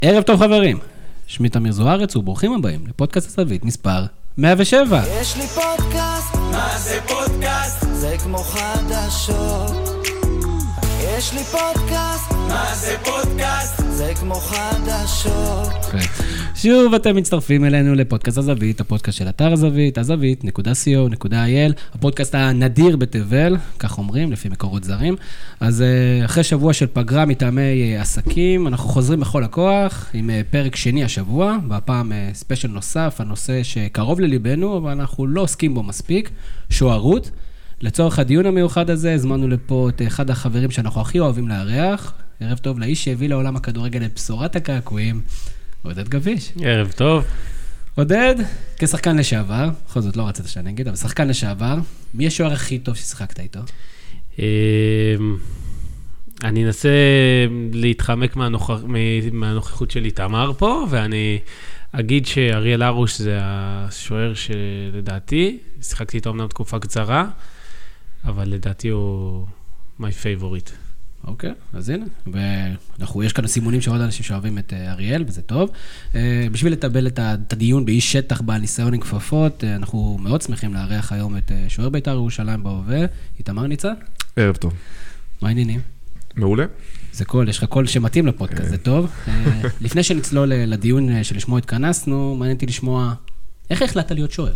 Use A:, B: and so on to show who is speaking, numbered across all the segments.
A: ערב טוב חברים, שמי תמיר זוארץ וברוכים הבאים לפודקאסט הזווית מספר 107.
B: יש לי פודקאסט, מה זה פודקאסט? זה כמו חדשות. יש לי פודקאסט, מה זה פודקאסט? זה כמו חדשות.
A: שוב אתם מצטרפים אלינו לפודקאסט הזווית, הפודקאסט של אתר הזווית, הזווית.co.il, הפודקאסט הנדיר בתבל, כך אומרים, לפי מקורות זרים. אז אחרי שבוע של פגרה מטעמי עסקים, אנחנו חוזרים בכל הכוח עם פרק שני השבוע, והפעם ספיישל נוסף, הנושא שקרוב לליבנו, אבל אנחנו לא עוסקים בו מספיק, שוערות. לצורך הדיון המיוחד הזה, הזמנו לפה את אחד החברים שאנחנו הכי אוהבים לארח. ערב טוב לאיש שהביא לעולם הכדורגל את בשורת הקעקועים, עודד גביש.
C: ערב טוב.
A: עודד, כשחקן לשעבר, בכל זאת לא רצית שאני אגיד, אבל שחקן לשעבר, מי השוער הכי טוב ששחקת איתו?
C: אני אנסה להתחמק מהנוכחות שלי תמר פה, ואני אגיד שאריאל ארוש זה השוער שלדעתי, שיחקתי איתו אמנם תקופה קצרה, אבל לדעתי הוא my favorite.
A: אוקיי, אז הנה, יש כאן סימונים שעוד אנשים שאוהבים את אריאל, וזה טוב. בשביל לטבל את הדיון באיש שטח בעל ניסיון עם כפפות, אנחנו מאוד שמחים לארח היום את שוער בית"ר ירושלים בהווה, איתמר ניצן.
D: ערב טוב.
A: מה העניינים?
D: מעולה.
A: זה קול, יש לך קול שמתאים לפודקאסט, זה טוב. לפני שנצלול לדיון שלשמו התכנסנו, מעניין אותי לשמוע, איך החלטת להיות שוער?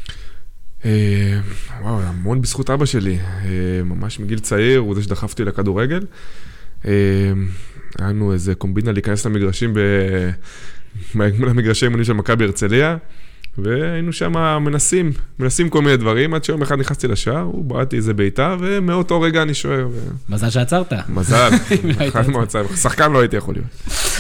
D: וואו, המון בזכות אבא שלי, ממש מגיל צעיר, הוא זה שדחפתי לכדורגל. היה לנו איזה קומבינה להיכנס למגרשי אימונים של מכבי הרצליה, והיינו שם מנסים כל מיני דברים, עד שיום אחד נכנסתי לשער, הוא בעטתי איזה בעיטה, ומאותו רגע אני שוער.
A: מזל שעצרת.
D: מזל, שחקן לא הייתי יכול להיות.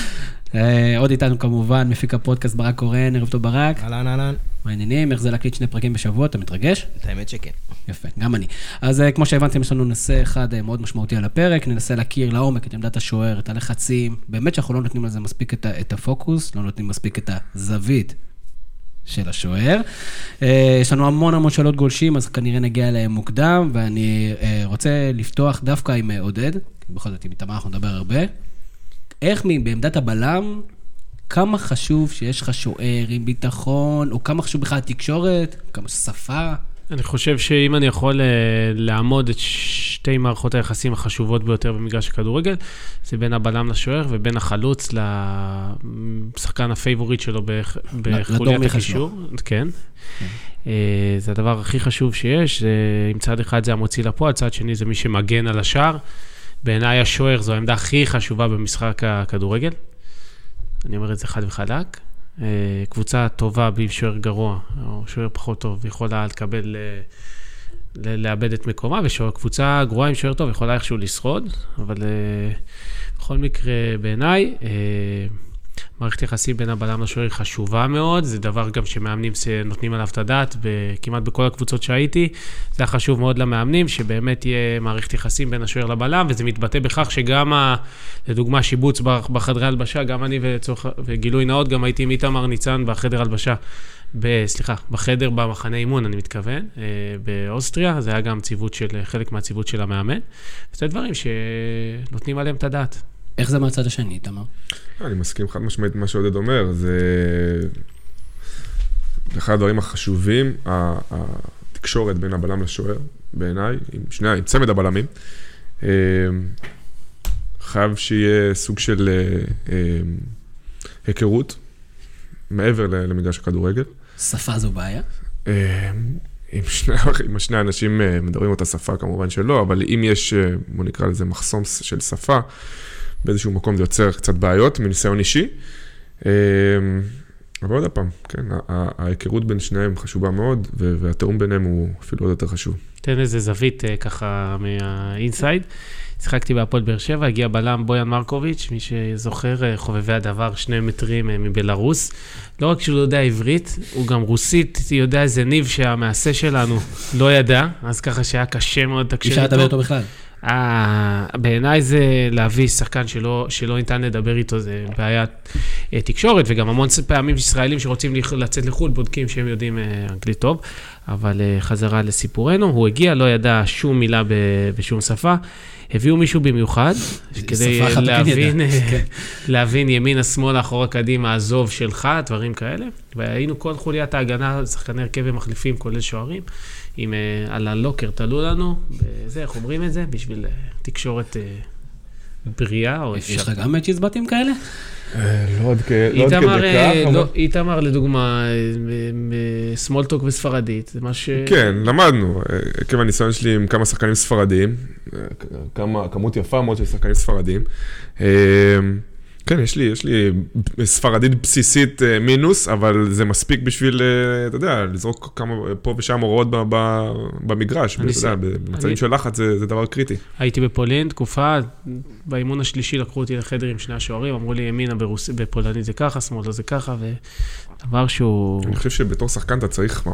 A: עוד איתנו כמובן, מפיק הפודקאסט ברק קורן, ערב טוב ברק.
E: אהלן, אהלן.
A: מה העניינים? איך זה להקליט 2 פרקים בשבוע? אתה מתרגש?
E: את האמת שכן.
A: יפה, גם אני. אז כמו שהבנתם, יש לנו נושא אחד מאוד משמעותי על הפרק, ננסה להכיר לעומק את עמדת השוער, את הלחצים, באמת שאנחנו לא נותנים על זה מספיק את הפוקוס, לא נותנים מספיק את הזווית של השוער. יש לנו המון שאלות גולשים, אז כנראה נגיע אליהם מוקדם, ואני רוצה לפתוח דווקא עם עודד, בכל זאת עם איתמר אנחנו נדבר הרבה. איך בעמדת הבלם, כמה חשוב שיש לך שוער עם ביטחון, או כמה חשוב בכלל התקשורת, כמה שפה?
C: אני חושב שאם אני יכול לעמוד את שתי מערכות היחסים החשובות ביותר במגרש הכדורגל, זה בין הבלם לשוער ובין החלוץ לשחקן הפייבוריט שלו בחוליית הקישור. כן. זה הדבר הכי חשוב שיש. עם צד אחד זה המוציא לפועל, צד שני זה מי שמגן על השער. בעיניי השוער זו העמדה הכי חשובה במשחק הכדורגל. אני אומר את זה חד וחלק. קבוצה טובה בלי שוער גרוע, או שוער פחות טוב, יכולה לקבל, לאבד את מקומה, וקבוצה גרועה עם שוער טוב יכולה איכשהו לשרוד, אבל בכל מקרה בעיניי, מערכת יחסים בין הבלם לשוער חשובה מאוד, זה דבר גם שמאמנים נותנים עליו את הדעת, כמעט בכל הקבוצות שהייתי, זה היה חשוב מאוד למאמנים, שבאמת יהיה מערכת יחסים בין השוער לבלם, וזה מתבטא בכך שגם, לדוגמה, שיבוץ בחדרי הלבשה, גם אני וגילוי נאות, גם הייתי עם איתמר ניצן בחדר הלבשה, בחדר במחנה אימון, אני מתכוון, באוסטריה, זה היה גם חלק מהציוות של המאמן, וזה דברים שנותנים עליהם את הדעת.
A: איך זה מהצד השני, איתמר?
D: אני מסכים חד משמעית מה שעודד אומר, זה אחד הדברים החשובים, התקשורת בין הבלם לשוער, בעיניי, עם צמד הבלמים, חייב שיהיה סוג של היכרות, מעבר למגרש הכדורגל.
A: שפה זו בעיה?
D: אם שני אנשים מדברים אותה שפה, כמובן שלא, אבל אם יש, בוא נקרא לזה מחסום של שפה, באיזשהו מקום זה יוצר קצת בעיות מניסיון אישי. אבל עוד הפעם, כן, ההיכרות בין שניהם חשובה מאוד, והתאום ביניהם הוא אפילו עוד יותר חשוב.
C: תן איזה זווית ככה מהאינסייד. שיחקתי בהפועל באר שבע, הגיע בלם בויאן מרקוביץ', מי שזוכר, חובבי הדבר 2 מטרים מבלרוס. לא רק שהוא לא יודע עברית, הוא גם רוסית, יודע איזה ניב שהמעשה שלנו לא ידע, אז ככה שהיה קשה מאוד תקשר איתו.
A: אפשר לדבר אותו בכלל?
C: בעיניי זה להביא שחקן שלא ניתן לדבר איתו, זה בעיה תקשורת, וגם המון פעמים ישראלים שרוצים לצאת לחו"ל, בודקים שהם יודעים אנגלית טוב, אבל חזרה לסיפורנו, הוא הגיע, לא ידע שום מילה בשום שפה, הביאו מישהו במיוחד, כדי להבין ימינה, שמאלה, אחורה, קדימה, עזוב שלך, דברים כאלה, והיינו כל חוליית ההגנה, שחקני הרכב ומחליפים, כולל שוערים, על הלוקר תלו לנו, וזה, איך אומרים את זה, בשביל תקשורת בריאה, או אפשר.
A: יש לך גם צ'יזבטים כאלה?
D: לא עוד כדי כך.
C: איתמר, לדוגמה, סמולטוק בספרדית, זה מה ש...
D: כן, למדנו. כמה ניסיון שלי עם כמה שחקנים ספרדים, כמות יפה מאוד של שחקנים ספרדים. כן, יש לי ספרדית בסיסית מינוס, אבל זה מספיק בשביל, אתה יודע, לזרוק כמה פה ושם הוראות במגרש. במצבים של לחץ זה דבר קריטי.
C: הייתי בפולין, תקופה, באימון השלישי לקחו אותי לחדר עם שני השוערים, אמרו לי, ימינה בפולנית זה ככה, שמאלה זה ככה, ודבר שהוא...
D: אני חושב שבתור שחקן אתה צריך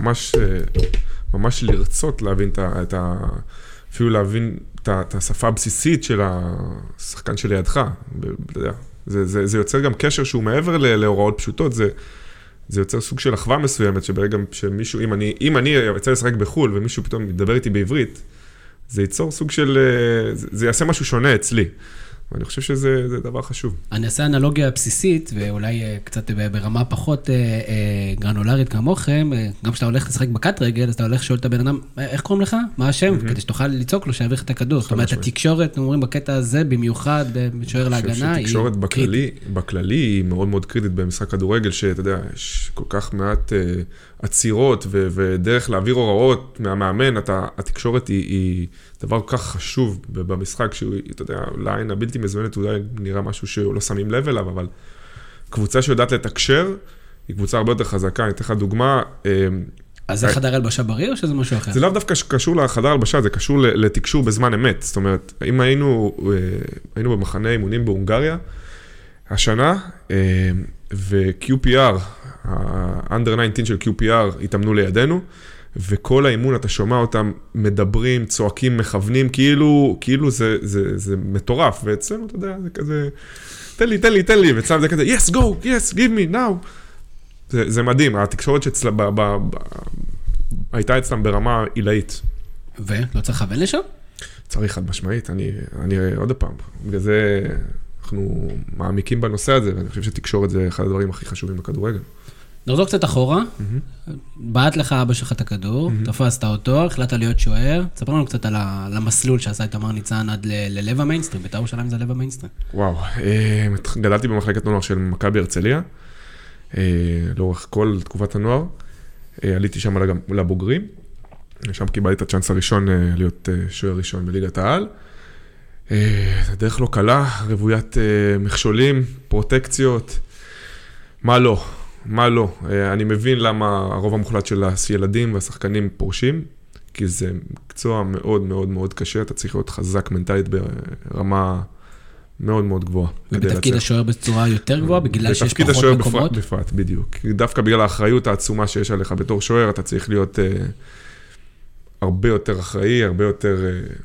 D: ממש לרצות להבין אפילו להבין את השפה הבסיסית של השחקן שלידך, אתה יודע. זה יוצר גם קשר שהוא מעבר להוראות פשוטות, זה יוצר סוג של אחווה מסוימת, שברגע שמישהו, אם אני יוצא לשחק בחול, ומישהו פתאום ידבר איתי בעברית, זה ייצור סוג של, זה יעשה משהו שונה אצלי. ואני חושב שזה דבר חשוב.
A: אני אעשה אנלוגיה בסיסית, ואולי קצת ברמה פחות גרנולרית כמוכם, גם כשאתה הולך לשחק בקט רגל, אז אתה הולך לשאול את הבן אדם, איך קוראים לך? מה השם? כדי שתוכל לצעוק לו, שיעביר לך את הכדור. זאת אומרת, התקשורת, אומרים בקטע הזה, במיוחד בשוער להגנה,
D: היא קריטית. בכללי היא מאוד מאוד קריטית במשחק כדורגל, שאתה יודע, יש כל כך מעט עצירות ודרך להעביר הוראות מהמאמן, התקשורת היא דבר כל כך חשוב במשחק, שאתה יודע, לעין הבלתי מזמנת, אולי נראה משהו שלא שמים לב אליו, אבל קבוצה שיודעת לתקשר, היא קבוצה הרבה יותר חזקה. אני אתן לך דוגמה.
A: אז זה חדר הלבשה בריא או שזה משהו אחר?
D: זה לאו דווקא קשור לחדר הלבשה, זה קשור לתקשור בזמן אמת. זאת אומרת, אם היינו במחנה אימונים בהונגריה, השנה, ו-QPR, ה-Under 19 של QPR התאמנו לידינו, וכל האימון אתה שומע אותם מדברים, צועקים, מכוונים, כאילו זה מטורף, ואצלנו אתה יודע, זה כזה, תן לי, ואצלנו זה כזה, yes, go, yes, give me, now. זה מדהים, התקשורת שאצלה, הייתה אצלם ברמה עילאית.
A: ולא צריך לכוון לשם?
D: צריך חד משמעית, אני עוד פעם, בגלל זה אנחנו מעמיקים בנושא הזה, ואני חושב שתקשורת זה אחד הדברים הכי חשובים בכדורגל.
A: נחזור קצת אחורה, בעט לך אבא שלך את הכדור, תפסת אותו, החלטת להיות שוער, תספר לנו קצת על המסלול שעשה את תמר ניצן עד ללב המיינסטרים, בית"ר ירושלים זה לב המיינסטרים.
D: וואו, גדלתי במחלקת נוער של מכבי הרצליה, לאורך כל תקופת הנוער, עליתי שם לבוגרים, שם קיבלתי את הצ'אנס הראשון להיות שוער ראשון בליגת העל, דרך לא קלה, רוויית מכשולים, פרוטקציות, מה לא? אני מבין למה הרוב המוחלט של הילדים והשחקנים פורשים, כי זה מקצוע מאוד מאוד מאוד קשה, אתה צריך להיות חזק מנטלית ברמה מאוד מאוד גבוהה.
A: ובתפקיד השוער בצורה יותר גבוהה, בגלל שיש פחות מקומות?
D: בתפקיד השוער בפרט, בדיוק. דווקא בגלל האחריות העצומה שיש עליך בתור שוער, אתה צריך להיות הרבה יותר אחראי, הרבה יותר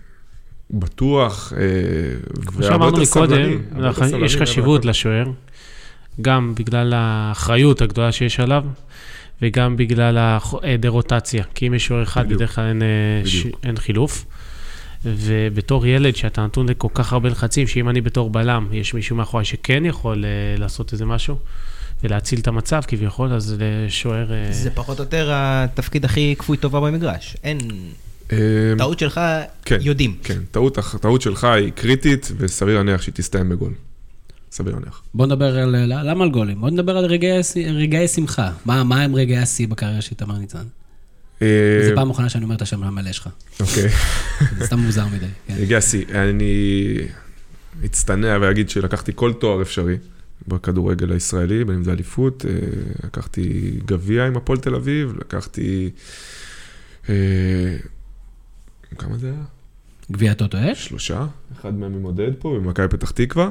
D: בטוח,
C: כמו שאמרנו מקודם, יש חשיבות לשוער. גם בגלל האחריות הגדולה שיש עליו, וגם בגלל היעדר רוטציה, כי אם יש שוער אחד, בדרך כלל אין חילוף. ובתור ילד שאתה נתון לכל כך הרבה לחצים, שאם אני בתור בלם, יש מישהו מאחורי שכן יכול לעשות איזה משהו, ולהציל את המצב כביכול, אז לשוער...
E: זה פחות או יותר התפקיד הכי כפוי טובה במגרש. אין... טעות שלך יודעים.
D: כן, טעות שלך היא קריטית, וסביר להניח שהיא תסתיים בגול. סביר להניח.
A: בוא נדבר למה על גולים? בוא נדבר על רגעי שמחה. מה הם רגעי השיא בקריירה של תמר ניצן? זו פעם אחרונה שאני אומר את השם המלא שלך.
D: אוקיי.
A: זה סתם מוזר מדי.
D: רגעי השיא. אני אצטנע ואגיד שלקחתי כל תואר אפשרי בכדורגל הישראלי, בין אם זה אליפות, לקחתי גביע עם הפועל תל אביב, לקחתי... כמה זה היה?
A: גביע טוטו אש?
D: 3. אחד מהם ממודד פה, במכבי פתח תקווה.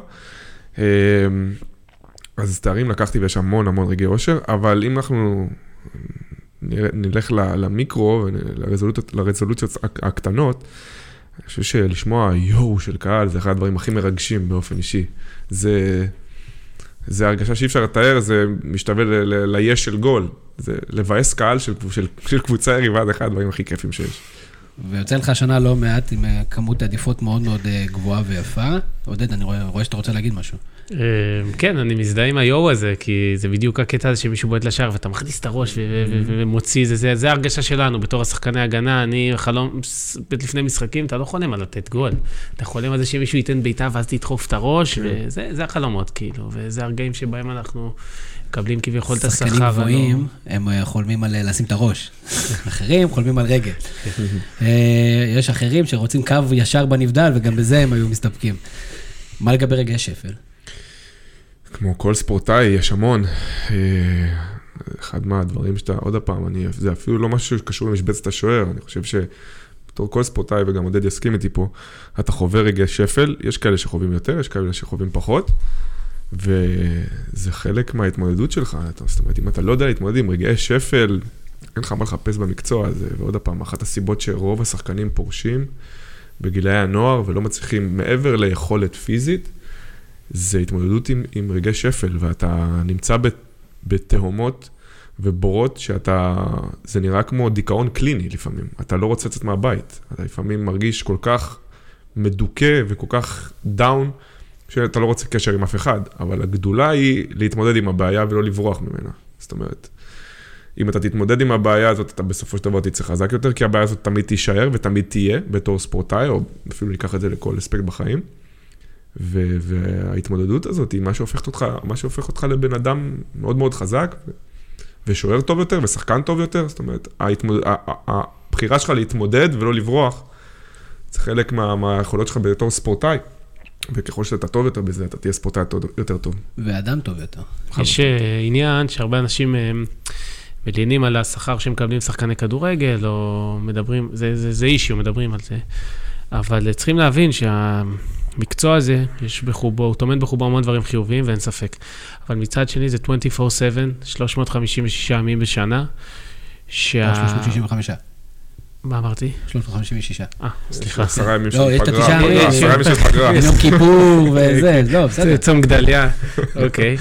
D: אז תארים לקחתי ויש המון רגעי אושר, אבל אם אנחנו נלך למיקרו, לרזולוציות הקטנות, אני חושב שלשמוע יואו של קהל, זה אחד הדברים הכי מרגשים באופן אישי. זה זה הרגשה שאי אפשר לתאר, זה משתווה ליש של גול. זה לבאס קהל של קבוצה יריבה, זה אחד הדברים הכי כיפים שיש.
A: ויוצא לך שנה לא מעט עם כמות עדיפות מאוד מאוד גבוהה ויפה. עודד, אני רואה שאתה רוצה להגיד משהו.
C: כן, אני מזדהה עם היו הזה, כי זה בדיוק הקטע הזה שמישהו בועט לשער, ואתה מכניס את הראש ומוציא, זה ההרגשה שלנו, בתור השחקני הגנה, אני חלום, לפני משחקים, אתה לא חולם על לתת גול, אתה חולם על זה שמישהו ייתן בעיטה, ואז תדחוף את הראש, וזה החלומות, כאילו, וזה הרגעים שבהם אנחנו מקבלים כביכול את השכר.
A: שחקנים גבוהים, הם חולמים על לשים את הראש. אחרים חולמים על רגל. יש אחרים שרוצים קו ישר בנבדל, וגם בזה הם היו מסתפקים. מה לגבי רגעי שפל?
D: כמו כל ספורטאי, יש המון. אחד מהדברים שאתה, עוד הפעם, זה אפילו לא משהו שקשור למשבצת השוער. אני חושב שבתור כל ספורטאי, וגם עודד יסכים איתי פה, אתה חווה רגעי שפל, יש כאלה שחווים יותר, יש כאלה שחווים פחות, וזה חלק מההתמודדות שלך. זאת אומרת, אם אתה לא יודע להתמודד עם רגעי שפל, אין לך מה לחפש במקצוע הזה. ועוד הפעם, אחת הסיבות שרוב השחקנים פורשים בגילאי הנוער, ולא מצליחים מעבר ליכולת פיזית, זה התמודדות עם רגעי שפל, ואתה נמצא בתהומות ובורות זה נראה כמו דיכאון קליני לפעמים. אתה לא רוצה לצאת מהבית. אתה לפעמים מרגיש כל כך מדוכא וכל כך דאון, שאתה לא רוצה קשר עם אף אחד, אבל הגדולה היא להתמודד עם הבעיה ולא לברוח ממנה. זאת אומרת, אם אתה תתמודד עם הבעיה הזאת, אתה בסופו של דבר תצא חזק יותר, כי הבעיה הזאת תמיד תישאר ותמיד תהיה בתור ספורטאי, או אפילו ניקח את זה לכל אספקט בחיים. וההתמודדות הזאת היא מה שהופך אותך לבן אדם מאוד מאוד חזק, ושוער טוב יותר, ושחקן טוב יותר. זאת אומרת, הבחירה שלך להתמודד ולא לברוח, זה חלק מהיכולות שלך בתור ספורטאי, וככל שאתה טוב יותר בזה, אתה תהיה ספורטאי יותר טוב.
A: ואדם טוב יותר.
C: יש עניין שהרבה אנשים מלינים על השכר שמקבלים שחקני כדורגל, או מדברים, זה אישי, מדברים על זה. אבל צריכים להבין שהמקצוע הזה, יש בחובו, הוא תומד בחובו המון דברים חיוביים, ואין ספק. אבל מצד שני זה 24/7, 356 ימים בשנה.
A: 365.
C: מה אמרתי?
A: 356.
C: סליחה.
D: 10 ימים של
A: לא, יש את
D: פגרה.
A: 9 ימים.
D: 10 ימים של פגרה.
A: יום כיפור וזה, לא, בסדר.
C: זה צום גדליה. אוקיי.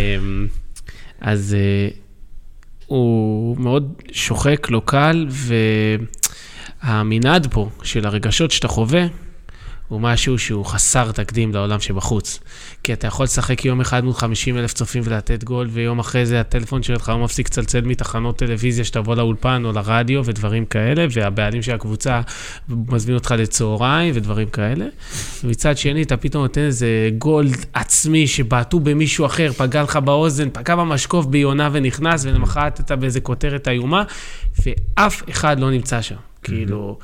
C: אז הוא מאוד שוחק, לא קל, והמנעד פה של הרגשות שאתה חווה, הוא משהו שהוא חסר תקדים לעולם שבחוץ. כי אתה יכול לשחק יום אחד מול 50,000 צופים ולתת גול, ויום אחרי זה הטלפון שלך הוא מפסיק לצלצל מתחנות טלוויזיה שתבוא לאולפן או לרדיו ודברים כאלה, והבעלים של הקבוצה מזמין אותך לצהריים ודברים כאלה. ומצד שני, אתה פתאום נותן איזה גול עצמי שבעטו במישהו אחר, פגע לך באוזן, פגע במשקוף ביונה ונכנס, ולמחרת אתה באיזה כותרת איומה, ואף אחד לא נמצא שם. כאילו,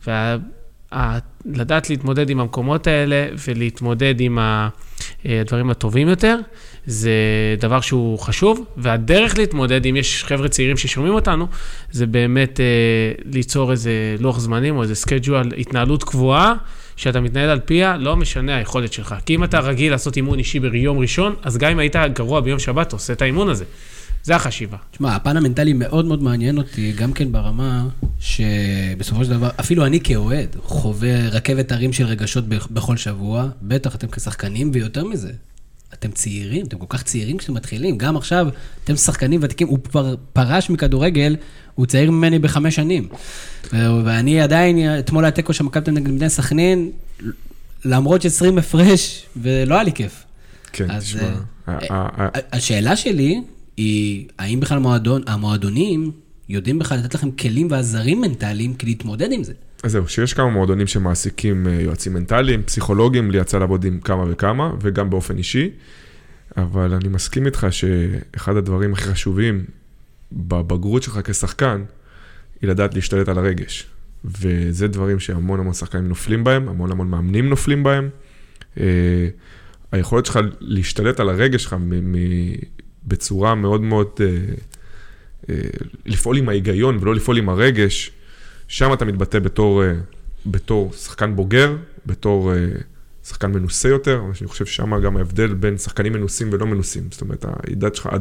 C: לדעת להתמודד עם המקומות האלה ולהתמודד עם הדברים הטובים יותר, זה דבר שהוא חשוב, והדרך להתמודד, אם יש חבר'ה צעירים ששומעים אותנו, זה באמת ליצור איזה לוח זמנים או איזה סקייג'ואל, התנהלות קבועה, שאתה מתנהל על פיה, לא משנה היכולת שלך. כי אם אתה רגיל לעשות אימון אישי ביום ראשון, אז גם אם היית גרוע ביום שבת, עושה את האימון הזה. זה החשיבה.
A: תשמע, הפן המנטלי מאוד מאוד מעניין אותי, גם כן ברמה שבסופו של דבר, אפילו אני כאוהד, חווה רכבת הרים של רגשות בכל שבוע, בטח אתם כשחקנים, ויותר מזה, אתם צעירים, אתם כל כך צעירים כשאתם מתחילים, גם עכשיו אתם שחקנים ותיקים, הוא כבר פרש מכדורגל, הוא צעיר ממני ב5 שנים, ואני עדיין, אתמול התיקו שמקבתם נגד בני סכנין, למרות ש20 הפרש, ולא היה לי כיף.
D: כן, תשמע.
A: השאלה שלי, היא, האם בכלל המועדונים יודעים בכלל לתת לכם כלים ועזרים מנטליים כדי להתמודד עם זה?
D: אז זהו, שיש כמה מועדונים שמעסיקים יועצים מנטליים, פסיכולוגים, ליצא לעבוד עם כמה וכמה, וגם באופן אישי, אבל אני מסכים איתך שאחד הדברים הכי חשובים בבגרות שלך כשחקן, היא לדעת להשתלט על הרגש. וזה דברים שהמון המון שחקנים נופלים בהם, המון המון מאמנים נופלים בהם. היכולת שלך להשתלט על הרגש שלך בצורה מאוד מאוד, לפעול עם ההיגיון ולא לפעול עם הרגש, שם אתה מתבטא בתור שחקן בוגר, בתור שחקן מנוסה יותר, אני חושב ששם גם ההבדל בין שחקנים מנוסים ולא מנוסים, זאת אומרת, הידעת שלך,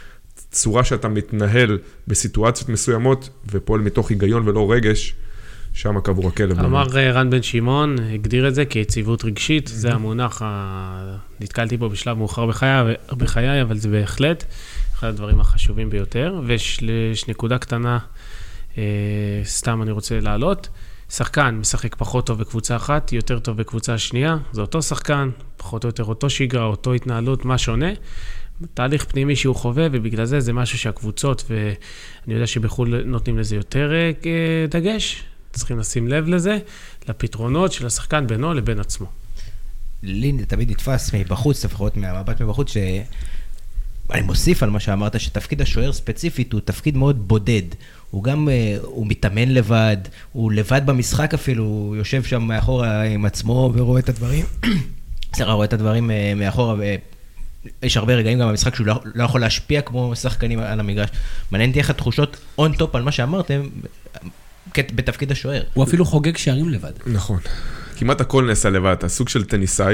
D: הצורה שאתה מתנהל בסיטואציות מסוימות, ופועל מתוך היגיון ולא רגש, שם קבור הכלב.
C: אמר רן בן שמעון, הגדיר את זה כיציבות רגשית, זה המונח, נתקלתי בו בשלב מאוחר בחיי, אבל זה בהחלט אחד הדברים החשובים ביותר, ויש נקודה קטנה, סתם אני רוצה להעלות, שחקן משחק פחות טוב בקבוצה אחת, יותר טוב בקבוצה שנייה, זה אותו שחקן, פחות או יותר אותו שגרה, אותו התנהלות, מה שונה, תהליך פנימי שהוא חווה, ובגלל זה זה משהו שהקבוצות, ואני יודע שבחול נותנים לזה יותר דגש, צריכים לשים לב לזה, לפתרונות של השחקן בינו לבין עצמו.
E: לי תמיד נתפס מבחוץ, לפחות מהמבט מבחוץ, אני מוסיף על מה שאמרת, שתפקיד השוער ספציפית הוא תפקיד מאוד בודד. הוא גם, הוא מתאמן לבד, הוא לבד במשחק אפילו, הוא יושב שם מאחורה עם עצמו ורואה את הדברים. רואה את הדברים מאחורה, ויש הרבה רגעים גם במשחק שהוא לא יכול להשפיע כמו שחקנים על המגרש. מעניין אותי איך התחושות און טופ על מה שאמרתם, בתפקיד השוער.
A: הוא אפילו חוגג שערים לבד.
D: נכון. כמעט הכל נעשה לבד, הסוג של טניסאי.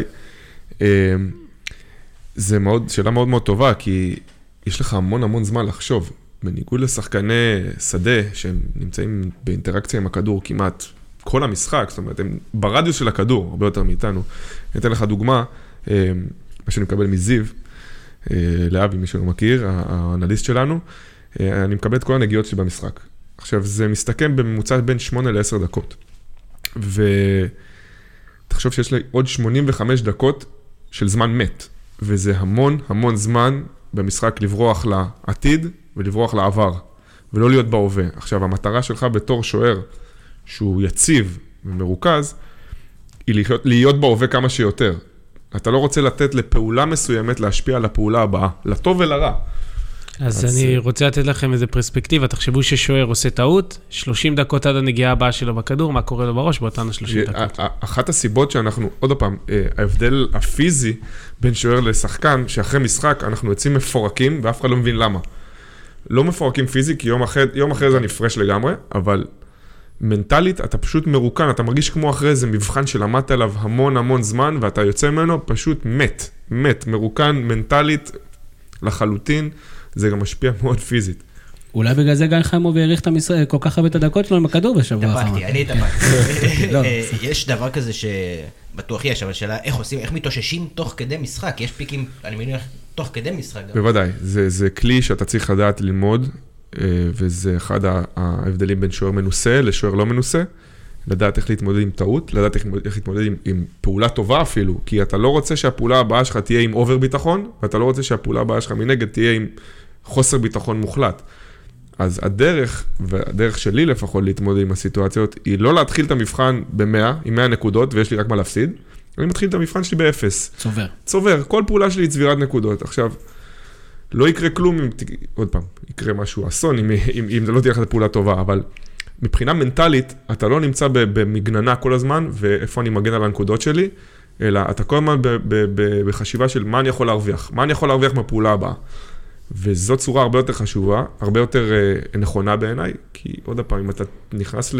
D: זה שאלה מאוד מאוד טובה, כי יש לך המון זמן לחשוב. בניגוד לשחקני שדה, שהם נמצאים באינטראקציה עם הכדור כמעט כל המשחק, זאת אומרת, הם ברדיוס של הכדור, הרבה יותר מאיתנו. אני אתן לך דוגמה, מה שאני מקבל מזיו, לאבי, מי שלא מכיר, האנליסט שלנו, אני מקבל את כל הנגיעות שלי במשחק. עכשיו, זה מסתכם בממוצע בין 8 ל-10 דקות. ותחשוב שיש לי עוד 85 דקות של זמן מת. וזה המון זמן במשחק לברוח לעתיד ולברוח לעבר, ולא להיות בהווה. עכשיו, המטרה שלך בתור שוער, שהוא יציב ומרוכז, היא להיות בהווה כמה שיותר. אתה לא רוצה לתת לפעולה מסוימת להשפיע על הפעולה הבאה, לטוב ולרע.
C: אז אני רוצה לתת לכם איזה פרספקטיבה, תחשבו ששוער עושה טעות, 30 דקות עד הנגיעה הבאה שלו בכדור, מה קורה לו בראש באותן 30 דקות?
D: אחת הסיבות שאנחנו, עוד פעם, ההבדל הפיזי בין שוער לשחקן, שאחרי משחק אנחנו יוצאים מפורקים, ואף אחד לא מבין למה. לא מפורקים פיזי, כי יום אחרי זה אני פרש לגמרי, אבל מנטלית אתה פשוט מרוקן, אתה מרגיש כמו אחרי זה מבחן שלמדת עליו המון זמן, ואתה יוצא ממנו פשוט מת, מרוקן מנטלית לחלוטין, זה גם משפיע מאוד פיזית.
A: אולי בגלל זה גיא חיימוב העריך כל כך הרבה את הדקות שלו עם הכדור בשבוע האחרון.
E: אני התאפקתי. יש דבר כזה שבטוח יש, אבל שאלה איך מתאוששים תוך כדי משחק? יש פיקים, אני מניח, תוך כדי משחק.
D: בוודאי, זה כלי שאתה צריך לדעת ללמוד, וזה אחד ההבדלים בין שוער מנוסה לשוער לא מנוסה, לדעת איך להתמודד עם טעות, לדעת איך להתמודד עם פעולה טובה אפילו, כי אתה לא רוצה שהפעולה הבאה שלך תהיה עם אובר ביטחון, ואתה לא רוצה שהפעולה הבאה שלך מנגד תהיה עם חוסר ביטחון מוחלט. אז והדרך שלי לפחות להתמודד עם הסיטואציות, היא לא להתחיל את המבחן ב-100, עם 100 נקודות, ויש לי רק מה להפסיד, אני מתחיל את המבחן שלי ב-0. צובר. כל פעולה שלי היא צבירת נקודות. עכשיו, לא יקרה כלום עוד פעם, יקרה משהו אסון, אם זה לא תהיה לך פעולה טובה, אבל מבחינה מנטלית, אתה לא נמצא במגננה כל הזמן, ואיפה אני מגן על הנקודות שלי, אלא אתה כל הזמן בחשיבה של מה אני יכול להרוויח, מה אני יכול להרוויח מהפעולה הבאה. וזאת צורה הרבה יותר חשובה, הרבה יותר נכונה בעיניי, כי עוד הפעם, אם אתה נכנס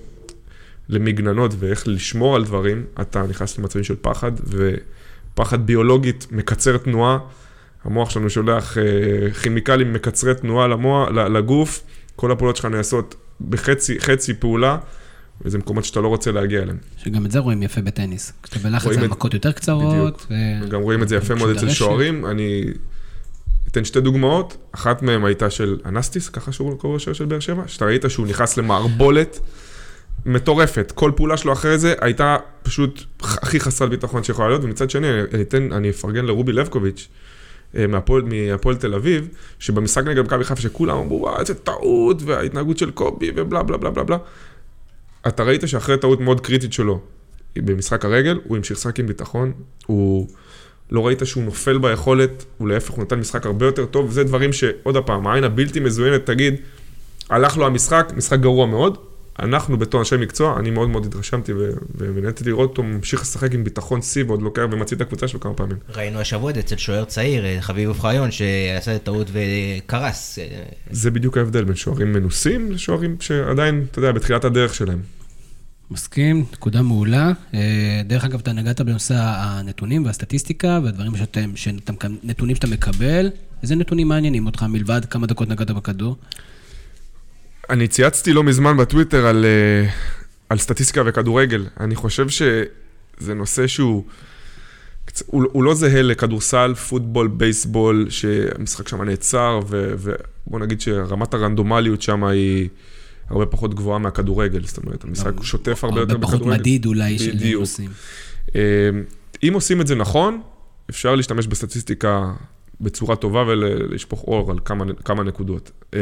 D: למגננות ואיך לשמור על דברים, אתה נכנס למצבים של פחד, ופחד ביולוגית מקצר תנועה, המוח שלנו שולח כימיקלים מקצרי תנועה לגוף, כל הפעולות שלך נעשות בחצי פעולה, וזה מקומות שאתה לא רוצה להגיע אליהם.
A: שגם את זה רואים יפה בטניס. כשאתה בלחץ על מכות יותר קצרות.
D: גם רואים את זה יפה מאוד אצל שוערים. אני אתן שתי דוגמאות. אחת מהן הייתה של אנסטיס, ככה שהוא קורא השוער של באר שבע, שאתה ראית שהוא נכנס למערבולת מטורפת. כל פעולה שלו אחרי זה הייתה פשוט הכי חסרת ביטחון שיכולה להיות, ומצד שני אני אפרגן לרובי לבקוביץ', מהפועל תל אביב, שבמשחק נגד מכבי חיפה שכולם אמרו, איזה טעות, וההתנהגות של קובי, ובלה בלה בלה בלה בלה. אתה ראית שאחרי טעות מאוד קריטית שלו, במשחק הרגל, הוא המשיך לשחק עם ביטחון, הוא לא ראית שהוא נופל ביכולת, הוא להפך, הוא נתן משחק הרבה יותר טוב, וזה דברים שעוד הפעם, העין הבלתי מזוינת תגיד, הלך לו המשחק, משחק גרוע מאוד, אנחנו בתור אנשי מקצוע, אני מאוד מאוד התרשמתי ונהניתי לראות אותו ממשיך לשחק עם ביטחון שיא ועוד לוקח ומציא את הקבוצה שלו כמה פעמים.
E: ראינו השבוע אצל שוער צעיר, חביב אוחיון, שעשה את טעות וקרס.
D: זה בדיוק ההבדל בין שוערים מנוסים לשוערים שעדיין, אתה יודע, בתחילת הדרך שלהם.
A: מסכים, נקודה מעולה. דרך אגב, אתה נגעת בנושא הנתונים והסטטיסטיקה והדברים נתונים שאתה מקבל. איזה נתונים מעניינים אותך מלבד כמה דקות נגעת בכדור?
D: אני צייצתי לא מזמן בטוויטר על סטטיסטיקה וכדורגל. אני חושב שזה נושא שהוא, הוא לא זהה לכדורסל, פוטבול, בייסבול, שהמשחק שם נעצר, ובוא נגיד שרמת הרנדומליות שם היא הרבה פחות גבוהה מהכדורגל. זאת אומרת, המשחק הוא שוטף הרבה יותר בכדורגל.
A: הרבה פחות מדיד אולי של נושאים.
D: אם עושים את זה נכון, אפשר להשתמש בסטטיסטיקה בצורה טובה ולשפוך אור על כמה נקודות.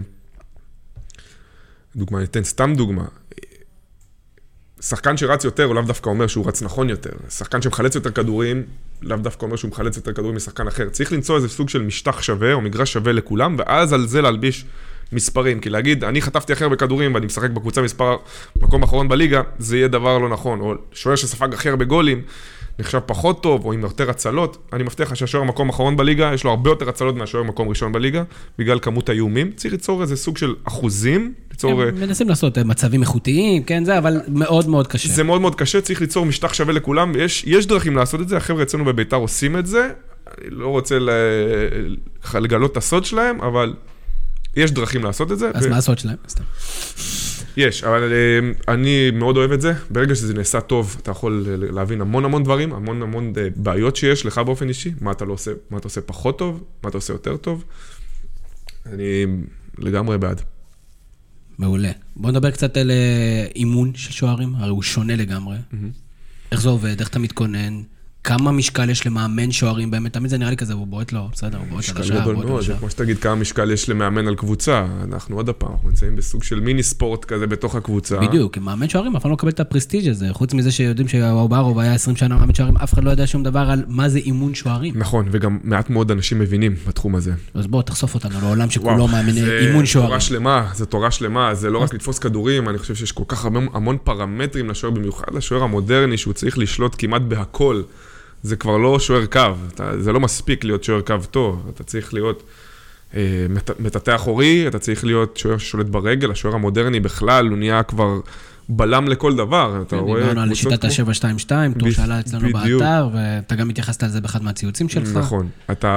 D: דוגמה, ניתן סתם דוגמה. שחקן שרץ יותר, הוא לאו דווקא אומר שהוא רץ נכון יותר. שחקן שמחלץ יותר כדורים, לאו דווקא אומר שהוא מחלץ יותר כדורים משחקן אחר. צריך למצוא איזה סוג של משטח שווה או מגרש שווה לכולם, ואז על זה להלביש מספרים. כי להגיד, אני חטפתי אחר בכדורים ואני משחק בקבוצה מקום אחרון בליגה, זה יהיה דבר לא נכון. או שוער שספג אחר בגולים, נחשב פחות טוב, או עם יותר הצלות. אני מבטיח שהשוער מקום אחרון בליגה, יש לו הרבה יותר הצלות מהשוער מקום ראשון בליגה, בגלל כמות האיומים. צריך ליצור איזה סוג של אחוזים,
A: מנסים לעשות מצבים איכותיים, כן, זה, אבל מאוד מאוד קשה.
D: זה מאוד מאוד קשה, צריך ליצור משטח שווה לכולם, יש דרכים לעשות את זה, החבר'ה אצלנו בביתר עושים את זה, אני לא רוצה לגלות את הסוד שלהם, אבל יש דרכים לעשות את זה.
A: אז מה הסוד שלהם?
D: יש, אבל אני מאוד אוהב את זה. ברגע שזה נעשה טוב, אתה יכול להבין המון דברים, המון בעיות שיש לך באופן אישי, מה אתה עושה פחות טוב, מה אתה עושה יותר טוב. אני לגמרי בעד.
A: מעולה. בוא נדבר קצת על אימון של שוערים, הרי הוא שונה לגמרי. איך זה עובד, איך אתה מתכונן, כמה משקל יש למאמן שוערים, באמת, תמיד זה נראה לי כזה, הוא בועט לו, בסדר, הוא בועט על השעה,
D: משקל גדול מאוד, זה כמו שתגיד כמה משקל יש למאמן על קבוצה, אנחנו עוד הפעם, אנחנו נמצאים בסוג של מיני ספורט כזה בתוך הקבוצה.
A: בדיוק, כי מאמן שוערים, אף אחד לא מקבל את הפרסטיג' הזה, חוץ מזה שיודעים שהאוברוב היה 20 שנה מאמן שוערים, אף אחד לא יודע שום דבר על מה זה אימון שוערים.
D: נכון, וגם מעט מאוד אנשים מבינים בתחום הזה.
A: אז בוא, תחשוף אותנו לעולם שכולו מאמן אימון שוערים.
D: זה תורה שלמה, זה לא רק לתפוס כדורים, אני חושב שיש כל כך המון פרמטרים לשוער, במיוחד לשוער המודרני, שהוא צריך לשלוט כמעט בהכל. זה כבר לא שוער קו, זה לא מספיק להיות שוער קו טוב, אתה צריך להיות מטאטא אחורי, אתה צריך להיות שוער ששולט ברגל, השוער המודרני בכלל, הוא נהיה כבר בלם לכל דבר.
A: דיברנו על שיטת ה-7-2-2, טור שעלה אצלנו באתר, ואתה גם התייחסת על זה באחד מהציוצים שלך.
D: נכון,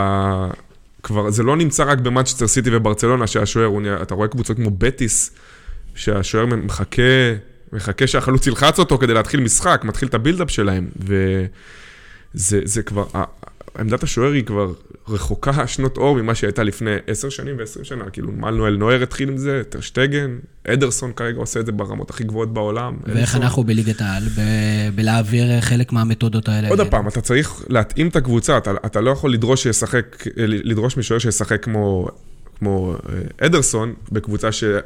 D: זה לא נמצא רק במנצ'סטר סיטי וברצלונה, שהשוער, אתה רואה קבוצות כמו בטיס, שהשוער מחכה שהחלוץ ילחץ אותו כדי להתחיל משחק, מתחיל את הבילדאפ שלהם, זה כבר, עמדת השוער היא כבר רחוקה שנות אור ממה שהייתה לפני 10 שנים ו20 שנה, כאילו מנואל נויר התחיל עם זה, טר שטגן, אדרסון כרגע עושה את זה ברמות הכי גבוהות בעולם.
A: ואיך אנחנו בליגת העל, בלהעביר חלק מהמתודות האלה?
D: עוד הפעם, אתה צריך להתאים את הקבוצה, אתה לא יכול לדרוש משוער שישחק כמו אדרסון, בקבוצה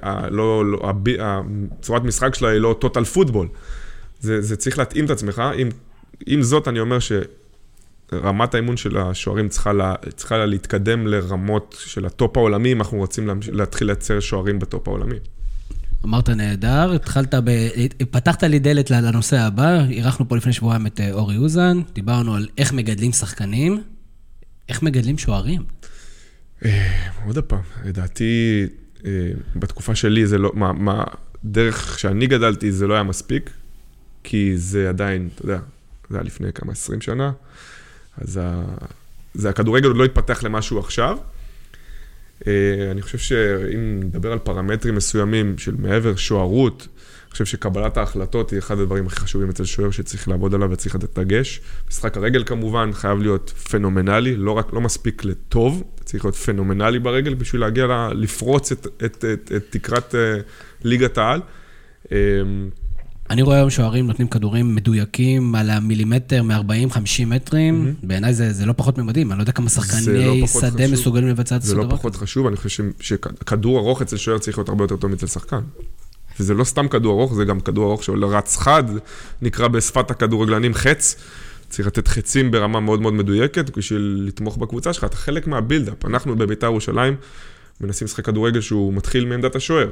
D: שהצורת משחק שלה היא לא טוטל פוטבול. זה צריך להתאים את עצמך, עם זאת, אני אומר שרמת האימון של השוערים צריכה להתקדם לרמות של הטופ העולמי, אם אנחנו רוצים להתחיל לייצר שוערים בטופ העולמי.
A: אמרת נהדר, פתחת לי דלת לנושא הבא, אירחנו פה לפני שבועיים את אורי אוזן, דיברנו על איך מגדלים שחקנים, איך מגדלים שוערים.
D: עוד הפעם, לדעתי, בתקופה שלי, זה לא, דרך שאני גדלתי, זה לא היה מספיק, כי זה עדיין, אתה יודע, זה היה לפני כמה 20 שנה, אז הכדורגל עוד לא התפתח למשהו עכשיו. אני חושב שאם נדבר על פרמטרים מסוימים של מעבר שוערות, אני חושב שקבלת ההחלטות היא אחד הדברים הכי חשובים אצל שוער שצריך לעבוד עליו וצריך לתת דגש. משחק הרגל כמובן חייב להיות פנומנלי, לא מספיק לטוב, צריך להיות פנומנלי ברגל בשביל להגיע לפרוץ את תקרת ליגת העל.
A: אני רואה היום שוערים נותנים כדורים מדויקים על המילימטר מ-40-50 מטרים, בעיניי זה לא פחות ממדים, אני לא יודע כמה שחקני שדה מסוגלים לבצע את הסדר.
D: זה לא פחות חשוב, אני חושב שכדור ארוך אצל שוער צריך להיות הרבה יותר טוב מצל שחקן. וזה לא סתם כדור ארוך, זה גם כדור ארוך שעולה רץ חד, נקרא בשפת הכדורגלנים חץ, צריך לתת חצים ברמה מאוד מאוד מדויקת, בשביל לתמוך בקבוצה שלך, אתה חלק מהבילדאפ. אנחנו בביתר ירושלים מנסים לשחק כדורגל שהוא מתחיל מעמדת השוער.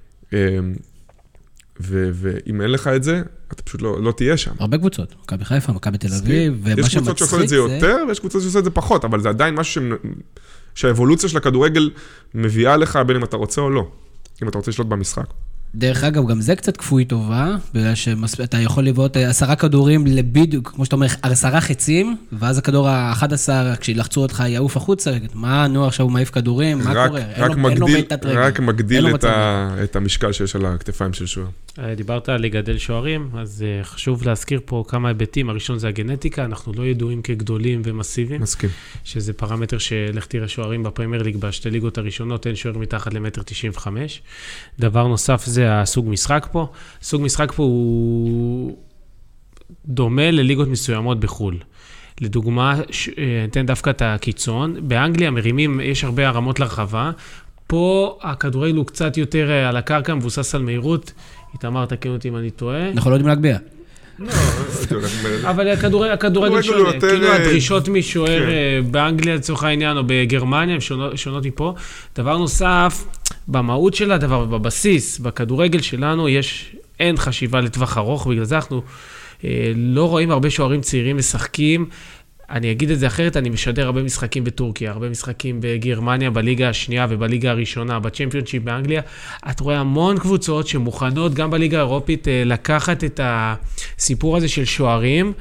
D: ואם אין לך את זה, אתה פשוט לא תהיה שם.
A: הרבה קבוצות, מכבי חיפה, מכבי תל אביב,
D: יש קבוצות שעושות את זה יותר, ויש קבוצות שעושות את זה פחות, אבל זה עדיין משהו שהאבולוציה של הכדורגל מביאה לך בין אם אתה רוצה או לא, אם אתה רוצה לשלוט במשחק.
A: דרך אגב, גם זה קצת כפוי טובה, בגלל שאתה יכול לבעוט 10 כדורים בדיוק, כמו שאתה אומר, 10 חצים, ואז הכדור ה-11, כשילחצו אותך, יעוף החוצה, מה, נו, עכשיו הוא מעיף כדורים, מה קורה?
D: רק מגדיל את המשקל שיש על הכתפיים של שוער.
C: דיברת על לגדל שוערים, אז חשוב להזכיר פה כמה היבטים. הראשון זה הגנטיקה, אנחנו לא ידועים כגדולים ומסיביים.
D: מסכים.
C: שזה פרמטר שלך תראה שוערים בפרמייר ליג, בשתי ליגות הראשונות, אין שוער מתחת ל1.95 מטר. דבר נוסף זה הסוג משחק פה. סוג משחק פה הוא דומה לליגות מסוימות בחול. לדוגמה, ניתן דווקא את הקיצון. באנגליה מרימים, יש הרבה הרמות לרחבה. פה הכדורגל הוא קצת יותר על הקרקע, מבוסס על מהירות. איתמר, תקן אותי אם אני טועה.
A: אנחנו לא יודעים להגביה.
C: אבל הכדורגל שונה, כאילו הדרישות משוער באנגליה לצורך העניין, או בגרמניה, הן שונות מפה. דבר נוסף, במהות של הדבר, בבסיס, בכדורגל שלנו, אין חשיבה לטווח ארוך, בגלל זה אנחנו לא רואים הרבה שוערים צעירים משחקים. אני אגיד את זה אחרת, אני משדר הרבה משחקים בטורקיה, הרבה משחקים בגרמניה, בליגה השנייה ובליגה הראשונה, בצ'מפיונשיפ באנגליה. את רואה המון קבוצות שמוכנות גם בליגה האירופית לקחת את הסיפור הזה של שוערים,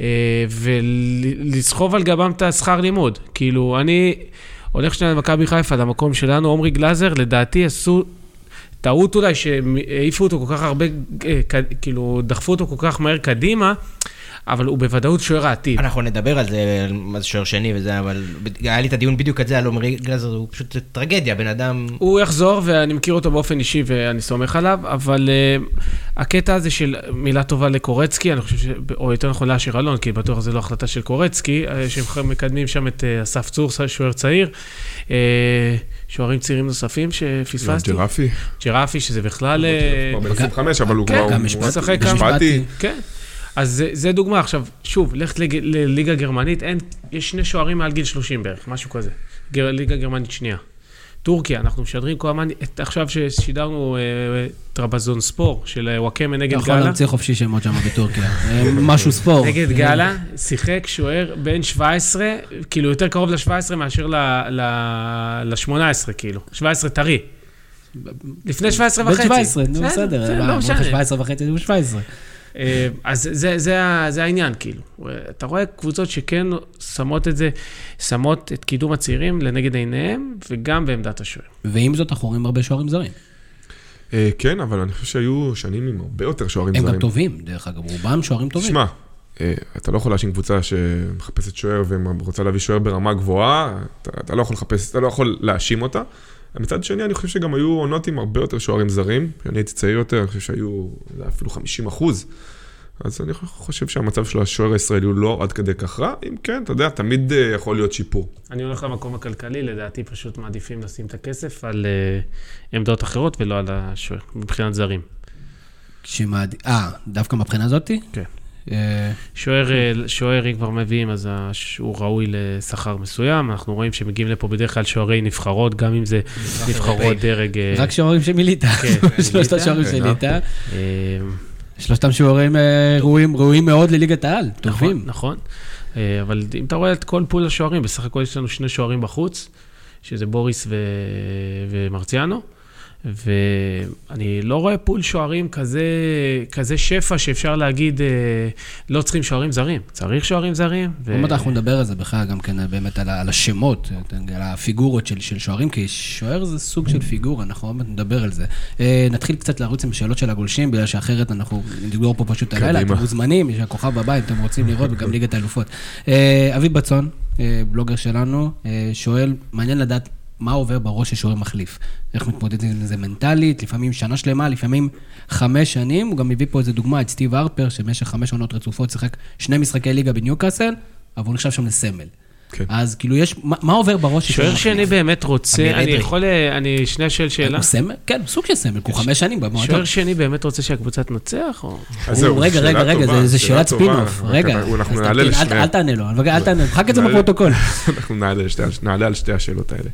C: ולסחוב על גבם את השכר לימוד. כאילו, אני הולך שנייה למכבי חיפה, למקום שלנו, עומרי גלאזר, לדעתי עשו טעות אולי שהעיפו אותו כל כך הרבה, כאילו דחפו אותו כל כך מהר קדימה, אבל הוא בוודאות שוער העתיד.
E: אנחנו נדבר על זה, מה זה שוער שני וזה, אבל היה לי את הדיון בדיוק את זה, על עומרי גלאזר, הוא פשוט טרגדיה, בן אדם...
C: הוא יחזור, ואני מכיר אותו באופן אישי, ואני סומך עליו, אבל הקטע הזה של מילה טובה לקורצקי, אני חושב, או יותר נכון לאשר אלון, כי בטוח זה לא החלטה של קורצקי, שהם מקדמים שם את אסף צור, שוער צעיר, שוערים צעירים נוספים שפספסתי. ג'רפי, שזה בכלל...
D: כבר ב-25, אבל הוא כבר...
A: משפטי.
C: כן. אז זה דוגמה. עכשיו, שוב, לכת לליגה גרמנית, יש 2 שוערים מעל גיל 30 בערך, משהו כזה. ליגה גרמנית שנייה. טורקיה, אנחנו משדרים כל הזמן, עכשיו ששידרנו טרבזון ספור של וואקמה נגד גאלה.
A: יכול להמציא חופשי שמות שם בטורקיה. משהו ספור.
C: נגד גאלה, שיחק שוער בין 17, כאילו יותר קרוב ל-17 מאשר ל-18, כאילו. 17 טרי. לפני 17 וחצי.
A: בין 17, נו בסדר.
C: לא משנה.
A: 17 וחצי, זה 17.
C: אז זה העניין, כאילו. אתה רואה קבוצות שכן שמות את קידום הצעירים לנגד עיניהם, וגם בעמדת השוער.
A: ועם זאת, אנחנו רואים הרבה שוערים זרים.
D: כן, אבל אני חושב שהיו שנים עם הרבה יותר שוערים זרים.
A: הם גם טובים, דרך אגב, רובם שוערים טובים.
D: תשמע, אתה לא יכול להשאיר קבוצה שמחפשת שוער ורוצה להביא שוער ברמה גבוהה, אתה לא יכול להאשים אותה. מצד שני, אני חושב שגם היו עונות עם הרבה יותר שוערים זרים, שאני הייתי צעיר יותר, אני חושב שהיו אפילו 50%. אז אני חושב שהמצב של השוער הישראלי הוא לא עד כדי כך רע, אם כן, אתה יודע, תמיד יכול להיות שיפור.
C: אני הולך למקום הכלכלי, לדעתי פשוט מעדיפים לשים את הכסף על עמדות אחרות ולא על השוער, מבחינת זרים.
A: דווקא מבחינה הזאתי?
C: כן. שוערים כבר מביאים, אז הוא ראוי לשכר מסוים. אנחנו רואים שמגיעים לפה בדרך כלל שוערי נבחרות, גם אם זה נבחרות דרג...
A: רק שוערים שמילית. שלושת שוערים שמילית. שלושתם שוערים ראויים מאוד לליגת העל, טובים.
C: נכון. אבל אם אתה רואה את כל פול השוערים, בסך הכל יש לנו 2 שוערים בחוץ, שזה בוריס ומרציאנו. ואני לא רואה פול שוערים כזה שפע שאפשר להגיד, לא צריכים שוערים זרים, צריך שוערים זרים.
A: באמת אנחנו נדבר על זה בכלל גם כן באמת על השמות, על הפיגורות של שוערים, כי שוער זה סוג של פיגורה, אנחנו באמת נדבר על זה. נתחיל קצת להרוץ עם שאלות של הגולשים, בגלל שאחרת אנחנו נדגור פה פשוט הלילה, אתם מוזמנים, יש הכוכב בבית, אתם רוצים לראות, וגם ליגת האלופות. אביב בצון, בלוגר שלנו, שואל, מעניין לדעת, מה עובר בראש ששוער מחליף? איך מתמודדים עם זה מנטלית? לפעמים שנה שלמה, לפעמים 5 שנים. הוא גם מביא פה איזו דוגמה, את סטיב הרפר, שבמשך 5 עונות רצופות שיחק 2 משחקי ליגה בניוקאסל, אבל הוא נחשב שם לסמל.
D: כן.
A: אז כאילו יש, מה עובר בראש ששוער מחליף?
C: שוער שאני באמת רוצה, אני יכול, אני שנייה שואל שאלה.
A: הוא סמל? כן, סוג של סמל, הוא 5 שנים במועדון.
C: שוער שאני באמת רוצה שהקבוצה תנצח, או...
A: רגע, זה שאלת ספינוף. רגע, אל תענה לו, אל תענה, חכה את זה בפרוטוקול.
D: אנחנו נעלה על 2 השאלות האלה.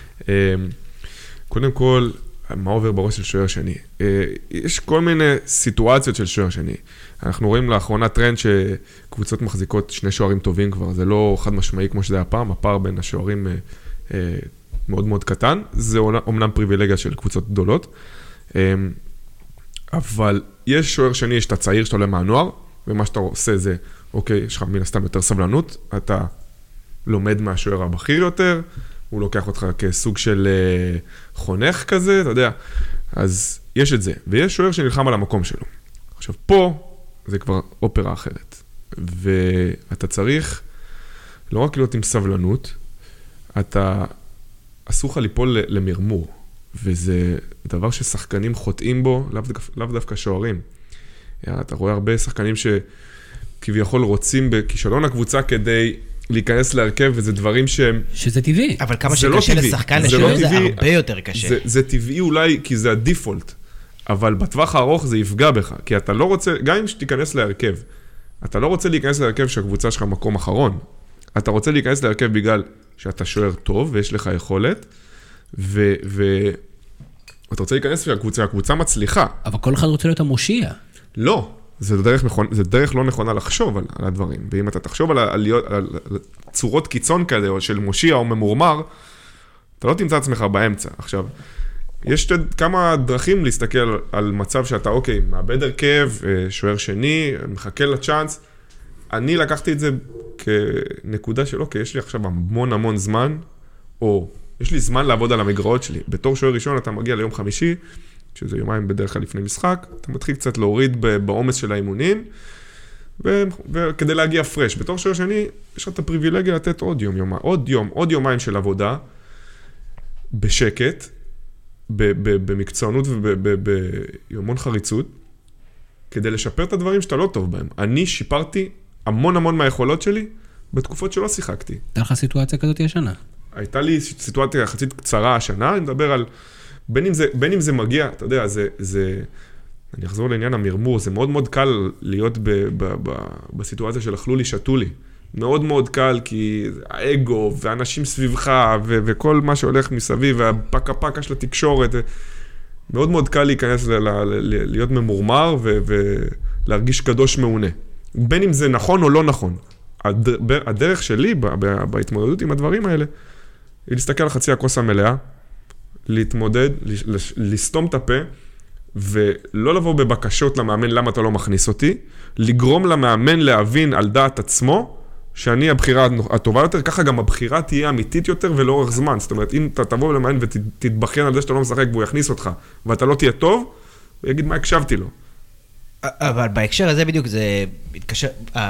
D: קודם כל, מה עובר בראש של שוער שני? יש כל מיני סיטואציות של שוער שני. אנחנו רואים לאחרונה טרנד שקבוצות מחזיקות 2 שוערים טובים כבר, זה לא חד משמעי כמו שזה הפעם, הפער בין השוערים מאוד מאוד קטן, זה אומנם פריבילגיה של קבוצות גדולות. אבל יש שוער שני, יש את הצעיר שאתה עולה מהנוער, ומה שאתה עושה זה, אוקיי, יש לך מן הסתם יותר סבלנות, אתה לומד מהשוער הבכיר יותר, הוא לוקח אותך כסוג של חונך כזה, אתה יודע, אז יש את זה, ויש שוער שנלחם על המקום שלו. עכשיו, פה זה כבר אופרה אחרת, ואתה צריך לא רק להיות עם סבלנות, אתה אסור לך ליפול למרמור, וזה דבר ששחקנים חוטאים בו, לאו דווקא שוערים. אתה רואה הרבה שחקנים שכביכול רוצים בכישלון הקבוצה כדי להיכנס להרכב, וזה דברים שהם...
A: שזה טבעי.
E: אבל כמה שקשה לשחקן לשוער זה הרבה יותר קשה.
D: זה טבעי אולי כי זה הדיפולט, אבל בטווח הארוך זה יפגע בך, כי אתה לא רוצה, גם אם שתיכנס להרכב, אתה לא רוצה להיכנס להרכב שהקבוצה שלך מקום אחרון. אתה רוצה להיכנס להרכב בגלל שאתה שוער טוב ויש לך יכולת, ואתה רוצה להיכנס שהקבוצה מצליחה.
A: אבל כל אחד רוצה להיות המושיע.
D: לא, זה דרך לא נכונה לחשוב על הדברים. ואם אתה תחשוב על צורות קיצון כאלה, או של מושיע או ממורמר, אתה לא תמצא עצמך באמצע. עכשיו, יש כמה דרכים להסתכל על מצב שאתה, אוקיי, מאבד הרכב, שוער שני, מחכה לצ'אנס. אני לקחתי את זה כנקודה של, אוקיי, יש לי עכשיו המון זמן, או יש לי זמן לעבוד על המגרעות שלי. בתור שוער ראשון אתה מגיע ליום חמישי, שזה יומיים בדרך כלל לפני משחק, אתה מתחיל קצת להוריד בעומס של האימונים, וכדי להגיע פרש. בתור שוער שני, יש לך את הפריבילגיה לתת עוד יומיים של עבודה, בשקט, במקצוענות וביומון חריצות, כדי לשפר את הדברים שאתה לא טוב בהם. אני שיפרתי המון מהיכולות שלי, בתקופות שלא שיחקתי.
A: הייתה לך סיטואציה כזאת השנה?
D: הייתה לי סיטואציה יחסית קצרה השנה, אני מדבר על, בין אם זה מגיע, אתה יודע, אני אחזור לעניין המרמור, זה מאוד קל להיות בסיטואציה של אכלו לי, שתו לי. מאוד קל, כי האגו והאנשים סביבך, וכל מה שהולך מסביב, והפקה של התקשורת, מאוד קל להיכנס, להיות ממורמר, ולהרגיש קדוש מעונה. בין אם זה נכון או לא נכון. הדרך שלי בהתמודדות עם הדברים האלה, היא להסתכל על חצי הכוס המלאה, להתמודד, לסתום את הפה, ולא לבוא בבקשות למאמן למה אתה לא מכניס אותי, לגרום למאמן להבין על דעת עצמו, שאני הבחירה הטובה יותר, ככה גם הבחירה תהיה אמיתית יותר ולאורך זמן. זאת אומרת, אם אתה תבוא למאמן ותתבחן על זה שאתה לא משחק והוא יכניס אותך, ואתה לא תהיה טוב, הוא יגיד מה הקשבתי לו.
E: אבל בהקשר הזה בדיוק זה מתקשר,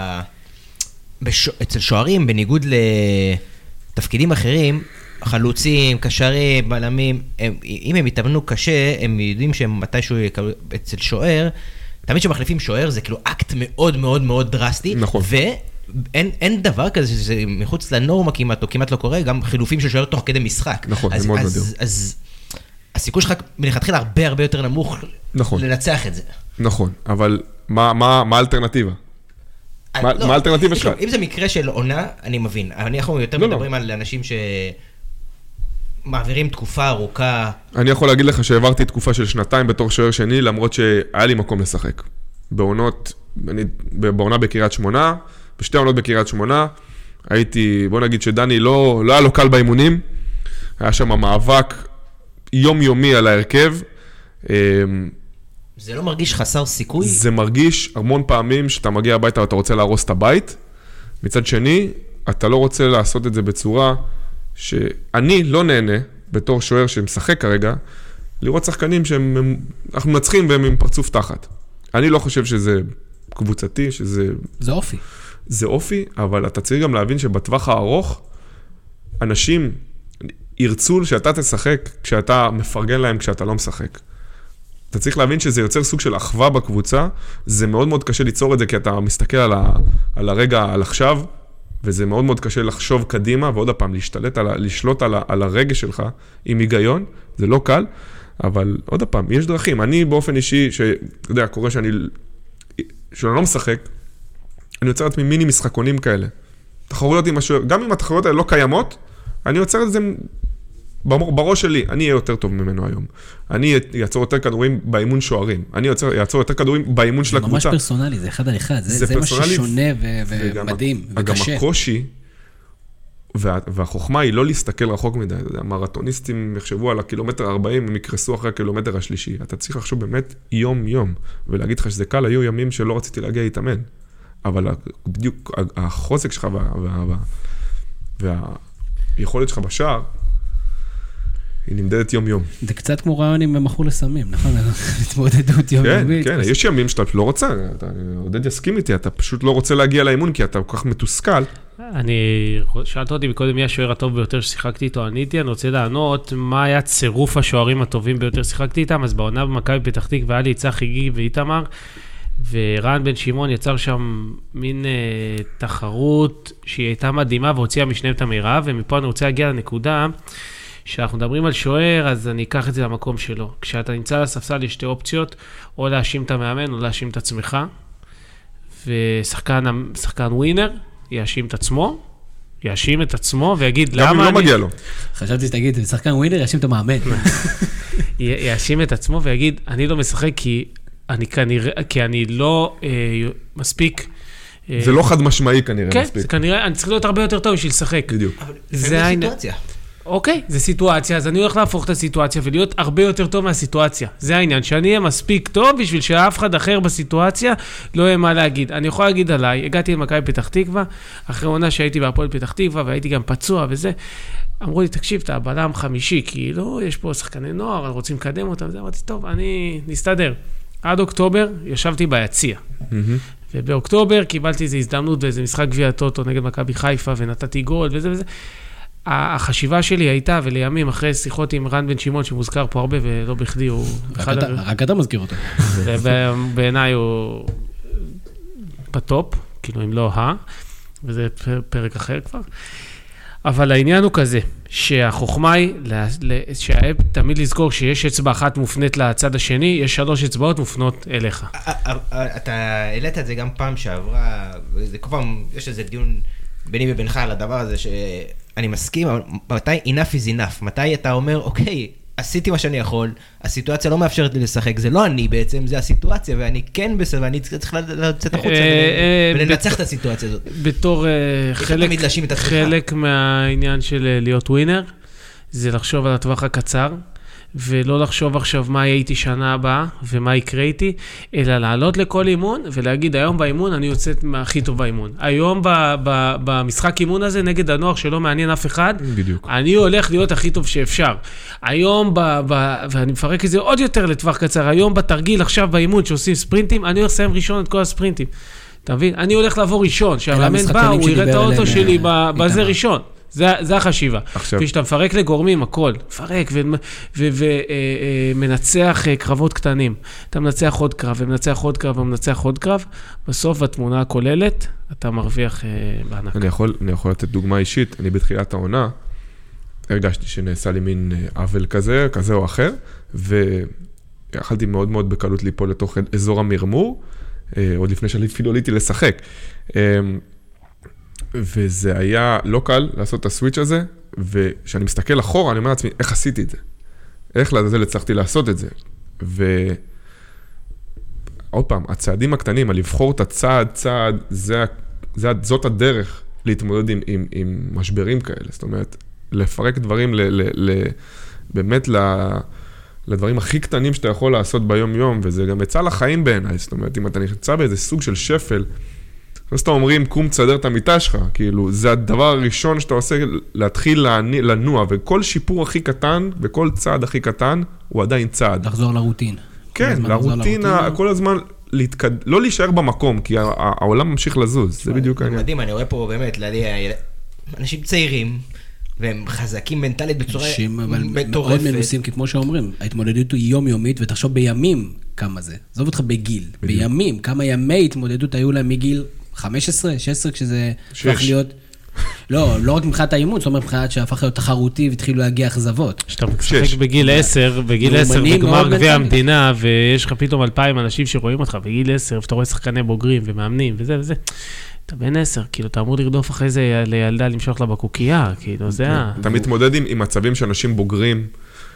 E: אצל שוערים, בניגוד לתפקידים אחרים, חלוצים, קשרים, בלמים, אם הם יתאמנו קשה, הם יודעים שהם מתישהו אצל שוער, תמיד שמחליפים שוער זה כאילו אקט מאוד דרסטי,
D: נכון.
E: ואין דבר כזה שזה מחוץ לנורמה כמעט, או כמעט לא קורה, גם חילופים של שוער תוך כדי משחק.
D: נכון, זה מאוד נדיר.
E: אז הסיכוי שלך מלכתחילה הרבה יותר נמוך לנצח את זה.
D: נכון, אבל מה האלטרנטיבה? מה האלטרנטיבה שלך?
E: אם זה מקרה של עונה, אני מבין. אנחנו יותר מדברים על אנשים שמעבירים תקופה ארוכה.
D: אני יכול להגיד לך שהעברתי תקופה של 2 בתור שוער שני, למרות שהיה לי מקום לשחק. בעונה בקריית שמונה, בשתי עונות בקריית שמונה, הייתי, בוא נגיד שדני לא היה לו קל באימונים, היה שם מאבק יומיומי על ההרכב.
E: זה לא מרגיש חסר סיכוי?
D: זה מרגיש המון פעמים שאתה מגיע הביתה ואתה רוצה להרוס את הבית. מצד שני, אתה לא רוצה לעשות את זה בצורה שאני לא נהנה, בתור שוער שמשחק כרגע, לראות שחקנים שאנחנו מנצחים והם עם פרצוף תחת. אני לא חושב שזה קבוצתי, שזה...
A: זה אופי.
D: זה אופי, אבל אתה צריך גם להבין שבטווח הארוך, אנשים ירצו שאתה תשחק כשאתה מפרגן להם כשאתה לא משחק. אתה צריך להבין שזה יוצר סוג של אחווה בקבוצה, זה מאוד קשה ליצור את זה, כי אתה מסתכל על הרגע, על עכשיו, וזה מאוד קשה לחשוב קדימה, ועוד הפעם, לשלוט על הרגע שלך עם היגיון, זה לא קל, אבל עוד הפעם, יש דרכים. אני באופן אישי, אתה יודע, קורה שאני לא משחק, אני יוצר את מיני משחקונים כאלה. תחרויות עם השוער, גם אם התחרויות האלה לא קיימות, אני יוצר את זה בראש שלי, אני אהיה יותר טוב ממנו היום. אני יעצור יותר כדורים באימון שוערים. אני יעצור יותר כדורים באימון של הקבוצה.
A: זה ממש פרסונלי, זה אחד על אחד. זה מה ששונה ומדהים וקשה.
D: גם הקושי, והחוכמה היא לא להסתכל רחוק מדי, המרתוניסטים יחשבו על הקילומטר 40, הם יקרסו אחרי הקילומטר השלישי. אתה צריך לחשוב באמת יום-יום, ולהגיד לך שזה קל, היו ימים שלא רציתי להגיע להתאמן. אבל בדיוק החוזק שלך והיכולת שלך בשער, היא נמדדת יום-יום.
A: זה קצת כמו רעיון עם מכור לסמים, נכון? התמודדות יומיומית.
D: כן, יש ימים שאתה לא רוצה, עודד יסכים איתי, אתה פשוט לא רוצה להגיע לאימון, כי אתה כל כך מתוסכל.
C: שאלת אותי מקודם מי השוער הטוב ביותר ששיחקתי איתו, עניתי, אני רוצה לענות מה היה צירוף השוערים הטובים ביותר ששיחקתי איתם, אז בעונה במכבי פתח תקווה, היה לי צחי גיגי ואיתמר, ורן בן שמעון יצר שם מין תחרות שהיא הייתה מדהימה והוציאה משניהם את המרב, ומפה אני רוצה להגיע לנקודה כשאנחנו מדברים על שוער, אז אני אקח את זה למקום שלו. כשאתה נמצא לספסל יש שתי אופציות, או להאשים את המאמן או להאשים את עצמך, ושחקן ווינר יאשים את עצמו ויגיד למה
D: גם אם לא מגיע לו.
A: חשבתי שתגיד, שחקן ווינר יאשים את המאמן.
C: יאשים את עצמו ויגיד, אני לא משחק כי אני לא מספיק...
D: זה לא חד משמעי כנראה
C: כן,
D: מספיק.
C: זה כנראה, אני צריך להיות הרבה יותר טוב בשביל לשחק.
D: בדיוק.
E: זה סיטואציה.
C: אוקיי, זה סיטואציה, אז אני הולך להפוך את הסיטואציה ולהיות הרבה יותר טוב מהסיטואציה. זה העניין, שאני אהיה מספיק טוב בשביל שאף אחד אחר בסיטואציה לא יהיה מה להגיד. אני יכול להגיד עליי, הגעתי למכבי פתח תקווה, אחרי עונה שהייתי בהפועל פתח תקווה, והייתי גם פצוע וזה, אמרו לי, תקשיב, אתה בלם חמישי, כאילו, יש פה שחקני נוער, רוצים לקדם אותם, זה אמרתי, טוב, אני נסתדר. עד אוקטובר ישבתי ביציע. ובאוקטובר קיבלתי איזו הזדמנות באיזה משחק גביע הטוטו נגד מכבי חיפה, ונתתי גול וזה וזה. החשיבה שלי הייתה, ולימים אחרי שיחות עם רן בן שמעון, שמוזכר פה הרבה ולא בכדי, הוא...
A: רק אתה מזכיר אותו.
C: בעיניי הוא בטופ, כאילו אם לא וזה פרק אחר כבר. אבל העניין הוא כזה, שהחוכמה היא, תמיד לזכור שיש אצבע אחת מופנית לצד השני, יש 3 אצבעות מופנות אליך.
E: אתה העלית את זה גם פעם שעברה, וזה כל פעם, יש איזה דיון ביני ובינך על הדבר הזה, שאני מסכים, אבל מתי enough is enough? מתי אתה אומר, אוקיי, עשיתי מה שאני יכול, הסיטואציה לא מאפשרת לי לשחק, זה לא אני בעצם, זה הסיטואציה, ואני כן בסדר, ואני צריך לצאת החוצה ולנצח את הסיטואציה הזאת.
C: בתור חלק מהעניין של להיות ווינר, זה לחשוב על הטווח הקצר, ולא לחשוב עכשיו מה הייתי שנה הבאה, ומה יקרה איתי, אלא לעלות לכל אימון, ולהגיד, היום באימון אני יוצאת הכי טוב באימון. היום במשחק אימון הזה, נגד הנוער שלא מעניין אף אחד,
D: בדיוק.
C: אני הולך להיות הכי טוב שאפשר. היום, ואני מפרק את זה עוד יותר לטווח קצר, היום בתרגיל, עכשיו באימון שעושים ספרינטים, אני הולך לסיים ראשון את כל הספרינטים. אתה מבין? אני הולך לעבור ראשון, שהמאמן בא, הוא יראה את האוטו שלי בזה ראשון. זה החשיבה. כשאתה מפרק לגורמים, הכל, מפרק ומנצח קרבות קטנים. אתה מנצח עוד קרב, ומנצח עוד קרב, ומנצח עוד קרב. בסוף, בתמונה הכוללת, אתה מרוויח בענק.
D: אני יכול לתת דוגמה אישית. אני בתחילת העונה, הרגשתי שנעשה לי מין עוול כזה או אחר, ויכלתי מאוד מאוד בקלות ליפול לתוך אזור המרמור, עוד לפני שאפילו עליתי לשחק. וזה היה לא קל לעשות את הסוויץ' הזה, וכשאני מסתכל אחורה, אני אומר לעצמי, איך עשיתי את זה? איך לזה הצלחתי לעשות את זה? ועוד פעם, הצעדים הקטנים, לבחור את הצעד, זאת הדרך להתמודד עם משברים כאלה. זאת אומרת, לפרק דברים באמת לדברים הכי קטנים שאתה יכול לעשות ביום-יום, וזה גם יצא לחיים בעיניי. זאת אומרת, אם אתה נמצא באיזה סוג של שפל, אז אתה אומרים, קום תסדר את המיטה שלך, כאילו, זה הדבר הראשון שאתה עושה, להתחיל לנוע, וכל שיפור הכי קטן, וכל צעד הכי קטן, הוא עדיין צעד.
A: לחזור לרוטינה.
D: כן, לרוטינה, כל הזמן, לא להישאר במקום, כי העולם ממשיך לזוז, זה בדיוק העניין.
E: מדהים, אני רואה פה באמת, אנשים צעירים, והם חזקים מנטלית בצורה מטורפת.
A: מאוד מנוסים, כי כמו שאומרים, ההתמודדות היא יומיומית, ותחשוב בימים כמה זה. עזוב אותך בגיל. בימים, כמה ימי התמודדות היו להם מגיל 15, 16, כשזה הפך להיות... לא רק מבחינת האימון, זאת אומרת מבחינת שהפך להיות תחרותי, והתחילו להגיע אכזבות.
C: כשאתה משחק בגיל 10, בגמר גביע המדינה, ויש לך פתאום 2,000 אנשים שרואים אותך, בגיל 10, ואתה רואה שחקני בוגרים ומאמנים, וזה וזה. אתה בן 10, כאילו, אתה אמור לרדוף אחרי זה לילדה למשוך לה בקוקייה, כאילו, זה...
D: אתה מתמודד עם מצבים שאנשים בוגרים,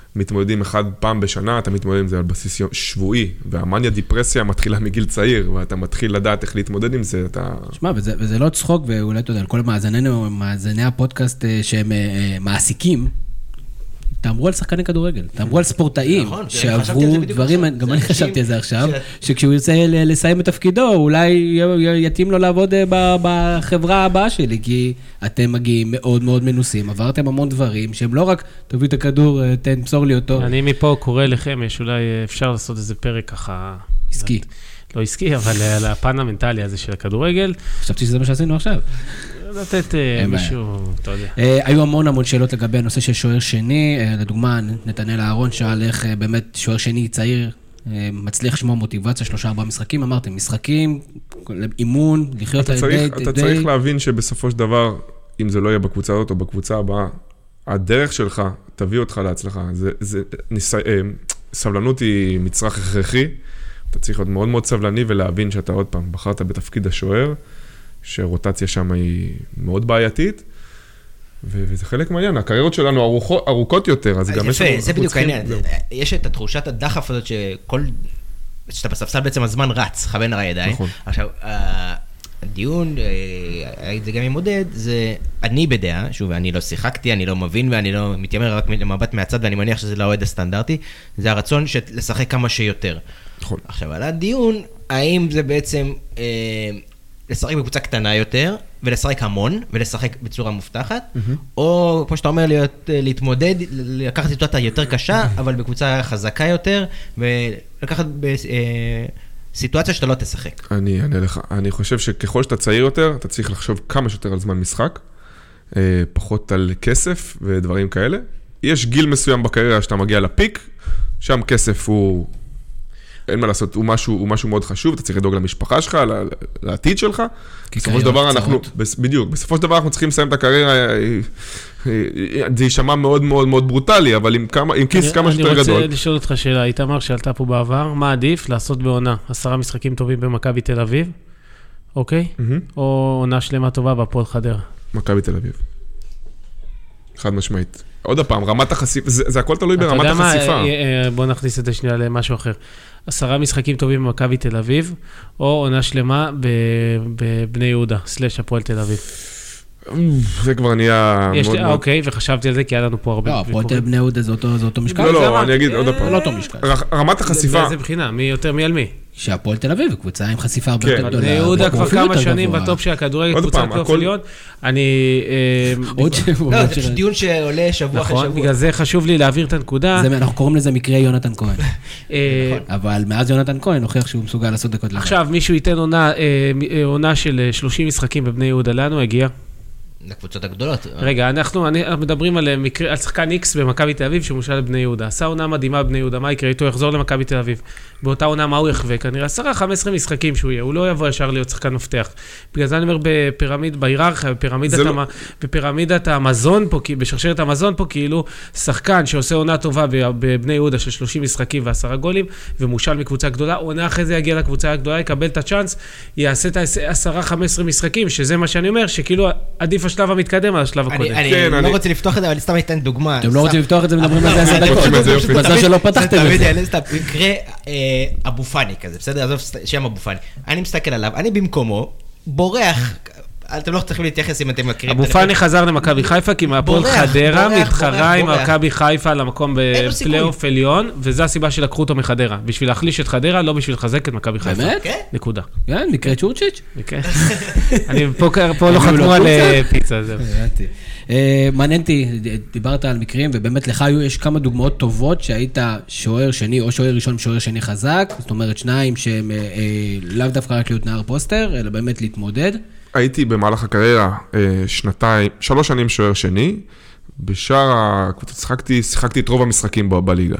D: מתמודדים אחד פעם בשנה, אתה מתמודד עם זה על בסיס שבועי, והמניה דיפרסיה מתחילה מגיל צעיר, ואתה מתחיל לדעת איך להתמודד עם זה, אתה...
A: שמע, וזה לא צחוק, ואולי אתה יודע, על כל מאזיני הפודקאסט שהם מעסיקים, תאמרו על שחקני כדורגל, תאמרו על ספורטאים, שעברו דברים, גם אני חשבתי על זה עכשיו, שכשהוא ירצה לסיים את תפקידו, אולי יתאים לו לעבוד בחברה הבאה שלי, כי אתם מגיעים מאוד מאוד מנוסים, עברתם המון דברים, שהם לא רק, תביאו את הכדור, תמסור לי אותו.
C: אני מפה קורא לכם, יש אולי אפשר לעשות איזה פרק ככה...
A: עסקי.
C: לא עסקי, אבל על הפן המנטלי הזה של הכדורגל.
A: חשבתי שזה מה שעשינו עכשיו.
C: לתת מישהו, אתה יודע.
A: היו המון שאלות לגבי הנושא של שוער שני, לדוגמה, נתנאל אהרון שאל איך באמת שוער שני צעיר, מצליח לשמוע מוטיבציה, 3-4 משחקים, אמרתם, משחקים, אימון, לחיות
D: אתה צריך להבין שבסופו של דבר, אם זה לא יהיה בקבוצה הזאת או בקבוצה הבאה, הדרך שלך תביא אותך להצלחה. סבלנות היא מצרך הכרחי, אתה צריך להיות מאוד מאוד סבלני ולהבין שאתה עוד פעם בחרת בתפקיד השוער, שרוטציה שם היא מאוד בעייתית, וזה חלק מהעניין. הקריירות שלנו ארוכות יותר, אז גם יש...
E: יפה, זה בדיוק העניין. יש את התחושת הדחף הזאת שאתה בספסל בעצם הזמן רץ, חבן על הידיים.
D: נכון.
E: עכשיו, הדיון, זה גם עם עודד, זה אני בדעה, שוב, אני לא שיחקתי, אני לא מבין, ואני לא מתיימר רק למבט מהצד, ואני מניח שזה לא העוד הסטנדרטי, זה הרצון לשחק כמה שיותר.
D: נכון.
E: עכשיו, על הדיון, האם זה בעצם לשחק בקבוצה קטנה יותר, ולשחק המון, ולשחק בצורה מובטחת, או, כמו שאתה אומר, להתמודד, לקחת סיטואציה יותר קשה, אבל בקבוצה חזקה יותר, ולקחת סיטואציה שאתה לא תשחק.
D: אני אענה לך. אני חושב שככל שאתה צעיר יותר, אתה צריך לחשוב כמה שיותר על זמן משחק, פחות על כסף ודברים כאלה. יש גיל מסוים בקריירה שאתה מגיע לפיק, שם כסף הוא... אין מה לעשות, הוא משהו מאוד חשוב, אתה צריך לדאוג למשפחה שלך, לעתיד שלך. בסופו של דבר אנחנו, בדיוק, בסופו של דבר אנחנו צריכים לסיים את הקריירה, זה יישמע מאוד מאוד מאוד ברוטלי, אבל עם כיס כמה שיותר גדול.
C: אני רוצה לשאול אותך שאלה, איתמר שעלתה פה בעבר, מה עדיף לעשות בעונה? 10 משחקים טובים במכבי תל אביב, אוקיי? או עונה שלמה טובה בהפועל חדרה?
D: מכבי תל אביב. חד משמעית. עוד פעם, רמת החשיפה, זה הכל תלוי ברמת החשיפה.
C: אתה יודע מה, בוא נכניס את זה שנייה למשהו אחר. 10 משחקים טובים במכבי תל אביב, או עונה שלמה בבני יהודה, סלש הפועל תל אביב.
D: זה כבר נהיה...
C: אוקיי, וחשבתי על זה, כי היה לנו פה הרבה...
A: לא, הפועל תל בני יהודה זה אותו משקל.
D: לא, אני אגיד עוד פעם.
A: לא אותו משקל.
D: רמת החשיפה...
C: זה בחינה, מי יותר מי על מי?
A: שהפועל תל אביב, קבוצה עם חשיפה הרבה יותר גדולה.
C: בני יהודה כבר כמה שנים בטופ של הכדורגל, קבוצה פלייאוף עליון. אני...
E: לא, זה דיון שעולה שבוע אחרי שבוע.
C: נכון, בגלל זה חשוב לי להעביר את הנקודה.
A: אנחנו קוראים לזה מקרה יונתן כהן. אבל מאז יונתן כהן הוכיח שהוא מסוגל לעשות דקות.
C: עכשיו, מישהו ייתן עונה של 30 משחקים בבני יהודה, לאן הוא הגיע?
E: לקבוצות הגדולות.
C: רגע, אנחנו מדברים על שחקן X במכבי תל אביב שמושל לבני יהודה. עשה עונה מדהימה בבני יהודה, מה יקרה איתו? יחזור למכבי תל אביב. באותה עונה מה הוא יחווה? כנראה 10-15 משחקים שהוא יהיה. הוא לא יבוא ישר להיות שחקן מפתח. בגלל זה אני אומר בהיררכיה, בפירמידת המזון פה, בשרשרת המזון פה, כאילו שחקן שעושה עונה טובה בבני יהודה של 30 משחקים ו10 גולים, ומושל מקבוצה גדולה, עונה אחרי זה יגיע לקבוצה הגדולה, יקבל את הצ'אנס, יעשה את 10-15 משחקים, שזה מה שאני אומר, שכאילו עדיף השלב המתקדם על השלב הקודם.
E: אני לא רוצה לפתוח את זה, אבל סתם אתן דוגמה.
A: אתם לא רוצים לפתוח את זה, מדברים על זה 10 דקות. בזה שלא פתחתם את זה.
E: מקרה אבו פאני כזה, בסדר? עזוב שם אבו פאני. אני מסתכל עליו, אני במקומו בורח, אתם לא צריכים להתייחס אם אתם מכירים.
C: אבו פאני חזר למכבי חיפה, כי מהפועל חדרה מתחרה עם מכבי חיפה למקום בפלייאוף עליון, וזו הסיבה שלקחו אותו מחדרה. בשביל להחליש את חדרה, לא בשביל לחזק את מכבי חיפה.
A: באמת?
C: נקודה.
A: כן, מקרה צ'ורצ'יץ'.
C: אני פה לא חתמו על פיצה, זהו.
A: מעניין אותי, דיברת על מקרים, ובאמת לך יש כמה דוגמאות טובות שהיית שוער שני או שוער ראשון שוער שני חזק, זאת אומרת שניים שהם לאו דווקא רק להיות נער פוסטר, אלא באמת להתמודד.
D: הייתי במהלך הקריירה 3 שנים שוער שני, בשאר הקבוצות שיחקתי את רוב המשחקים בליגה.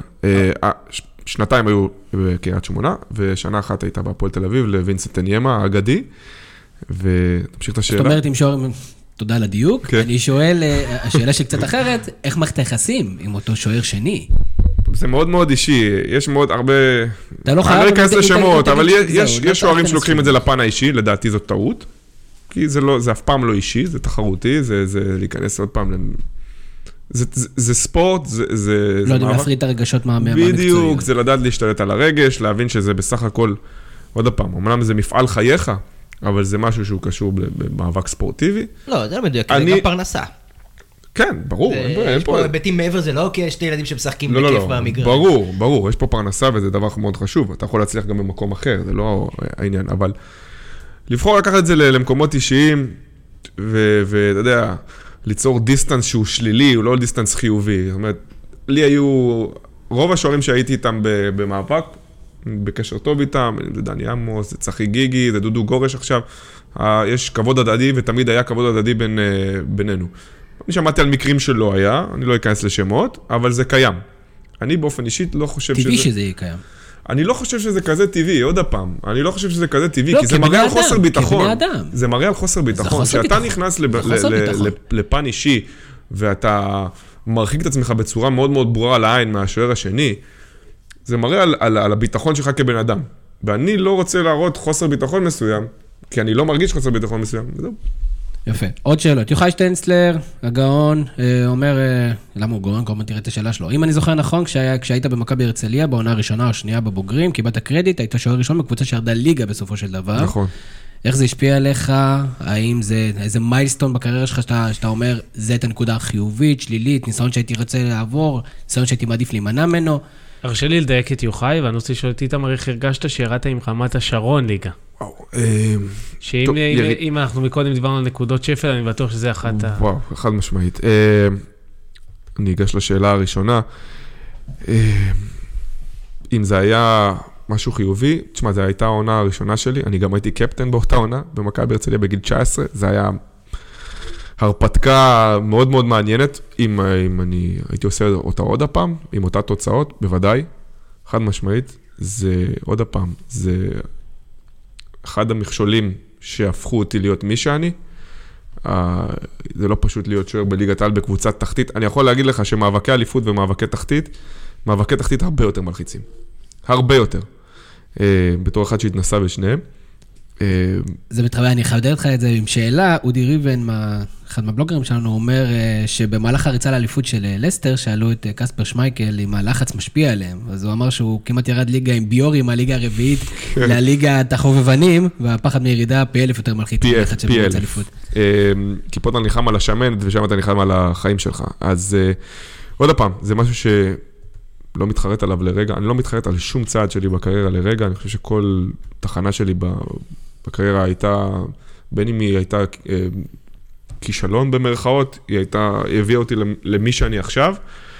D: 2 היו בקריית שמונה, ושנה אחת הייתה בהפועל תל אביב לווינסנט אניימה האגדי, ותמשיך את השאלה.
A: זאת אומרת, אם שוער... תודה על הדיוק. אני שואל, השאלה שקצת אחרת, איך מערכת היחסים עם אותו שוער שני?
D: זה מאוד מאוד אישי, יש מאוד הרבה...
A: אתה לא חייב...
D: אני לא אכנס לשמות, אבל יש שוערים שלוקחים את זה לפן האישי, לדעתי זאת טעות, כי זה אף פעם לא אישי, זה תחרותי, זה להיכנס עוד פעם זה ספורט, זה
A: לא יודעים להפריד את הרגשות מהמקצועיות.
D: בדיוק, זה לדעת להשתלט על הרגש, להבין שזה בסך הכל, עוד הפעם, אמנם זה מפעל חייך, אבל זה משהו שהוא קשור במאבק ספורטיבי.
E: לא, זה לא מדויק, זה גם פרנסה.
D: כן, ברור.
E: יש פה היבטים מעבר, זה לא כי יש שתי ילדים שמשחקים
D: בכיף
E: במגרש.
D: ברור, יש פה פרנסה וזה דבר מאוד חשוב, אתה יכול להצליח גם במקום אחר, זה לא העניין, אבל לבחור לקחת את זה למקומות אישיים, ואתה יודע, ליצור דיסטנס שהוא שלילי, הוא לא דיסטנס חיובי. זאת אומרת, לי היו, רוב השוערים שהייתי איתם במאבק, בקשר טוב איתם, זה דני עמוס, זה צחי גיגי, זה דודו גורש עכשיו, יש כבוד הדדי ותמיד היה כבוד הדדי בינינו. אני שמעתי על מקרים שלא היה, אני לא אכנס לשמות, אבל זה קיים. אני באופן אישית לא חושב
A: טבעי שזה יהיה קיים.
D: אני לא חושב שזה כזה טבעי, עוד הפעם. אני לא חושב שזה כזה טבעי, כי זה מראה על חוסר ביטחון. זה מראה על חוסר ביטחון. כשאתה נכנס לפן אישי, ואתה מרחיק את עצמך בצורה מאוד מאוד ברורה לעין מהשוער השני, זה מראה על הביטחון שלך כבן אדם. ואני לא רוצה להראות חוסר ביטחון מסוים, כי אני לא מרגיש חוסר ביטחון מסוים. וזהו.
A: יפה. עוד שאלות. יוחאי שטיינצלר, הגאון, אומר, למה הוא גאון? כל הזמן תראה את השאלה שלו. אם אני זוכר נכון, כשהיית במכבי הרצליה, בעונה הראשונה או השנייה בבוגרים, קיבלת קרדיט, היית שוער ראשון בקבוצה שירדה ליגה בסופו של דבר.
D: נכון.
A: איך זה השפיע עליך? האם זה איזה מיילסטון בקריירה שלך שאתה אומר, זה את הנקודה החיובית, שלילית, ניסיון שהייתי רוצה לעבור, ניסיון שהייתי מעדיף להימנע ממנו?
C: הרשה לי לדייק את יוחאי, ואני רוצה לשאול איתם, איך הרגשת שירדת עם רמת השרון ליגה? שאם אנחנו מקודם דיברנו על נקודות שפל, אני בטוח שזה אחת ה...
D: וואו, חד משמעית. אני אגש לשאלה הראשונה. אם זה היה משהו חיובי, תשמע, זו הייתה העונה הראשונה שלי, אני גם הייתי קפטן באותה עונה, במכבי הרצליה בגיל 19, זה היה הרפתקה מאוד מאוד מעניינת, אם אני הייתי עושה אותה עוד הפעם, עם אותה תוצאות, בוודאי, חד משמעית, זה עוד הפעם, זה אחד המכשולים שהפכו אותי להיות מי שאני, זה לא פשוט להיות שוער בליגת העל בקבוצת תחתית, אני יכול להגיד לך שמאבקי אליפות ומאבקי תחתית הרבה יותר מלחיצים, הרבה יותר, בתור אחד שהתנסה בשניהם.
A: זה מתחבר, אני חייב לדעת לך את זה עם שאלה, אודי ריבן, אחד מהבלוגרים שלנו, אומר שבמהלך הריצה לאליפות של לסטר, שאלו את קספר שמייקל אם הלחץ משפיע עליהם, אז הוא אמר שהוא כמעט ירד ליגה עם ביורי, מהליגה הרביעית לליגה החובבנים, והפחד מירידה פי אלף יותר מלחיץ.
D: פי אלף. כי פה אתה נחם על השמנת, ושם אתה נחם על החיים שלך. אז עוד הפעם, זה משהו שלא מתחרט עליו לרגע, אני לא מתחרט על שום צעד שלי בקריירה לרגע, אני חושב שכל תחנה שלי בקריירה הייתה, בין אם היא הייתה כישלון במרכאות, היא הביאה אותי למי שאני עכשיו.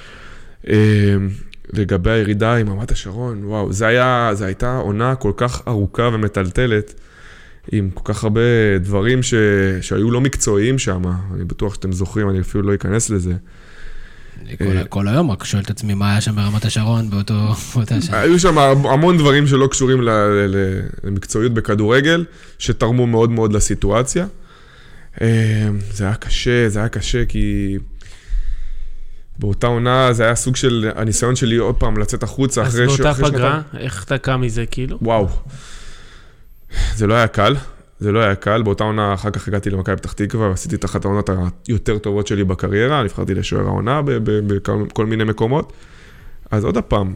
D: לגבי הירידה עם רמת השרון, וואו, זה הייתה עונה כל כך ארוכה ומטלטלת, עם כל כך הרבה דברים שהיו לא מקצועיים שם, אני בטוח שאתם זוכרים, אני אפילו לא אכנס לזה.
A: כל היום רק שואל את עצמי מה היה שם ברמת השרון באותה שעה.
D: היו שם המון דברים שלא קשורים למקצועיות בכדורגל, שתרמו מאוד מאוד לסיטואציה. זה היה קשה כי באותה עונה זה היה סוג של הניסיון שלי עוד פעם לצאת החוצה.
C: אז באותה פגרה, איך אתה קם מזה כאילו?
D: וואו, זה לא היה קל, באותה עונה אחר כך הגעתי למכבי פתח תקווה, ועשיתי את אחת העונות היותר טובות שלי בקריירה, נבחרתי לשוער העונה בכל מיני מקומות. אז עוד הפעם,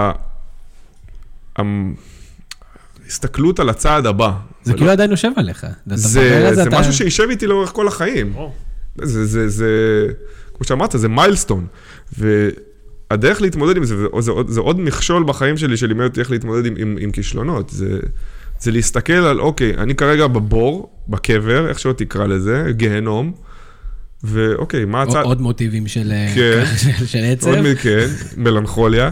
D: ההסתכלות על הצעד הבא.
A: זה כאילו עדיין יושב עליך.
D: זה משהו שישב איתי לאורך כל החיים. זה, כמו שאמרת, זה מיילסטון. והדרך להתמודד עם זה, זה עוד מכשול בחיים שלי, שלימד אותי איך להתמודד עם כישלונות. זה להסתכל על, אוקיי, אני כרגע בבור, בקבר, איך שלא תקרא לזה, גהנום, ואוקיי, מה הצד...
A: עוד מוטיבים של עצב.
D: כן, מלנכוליה.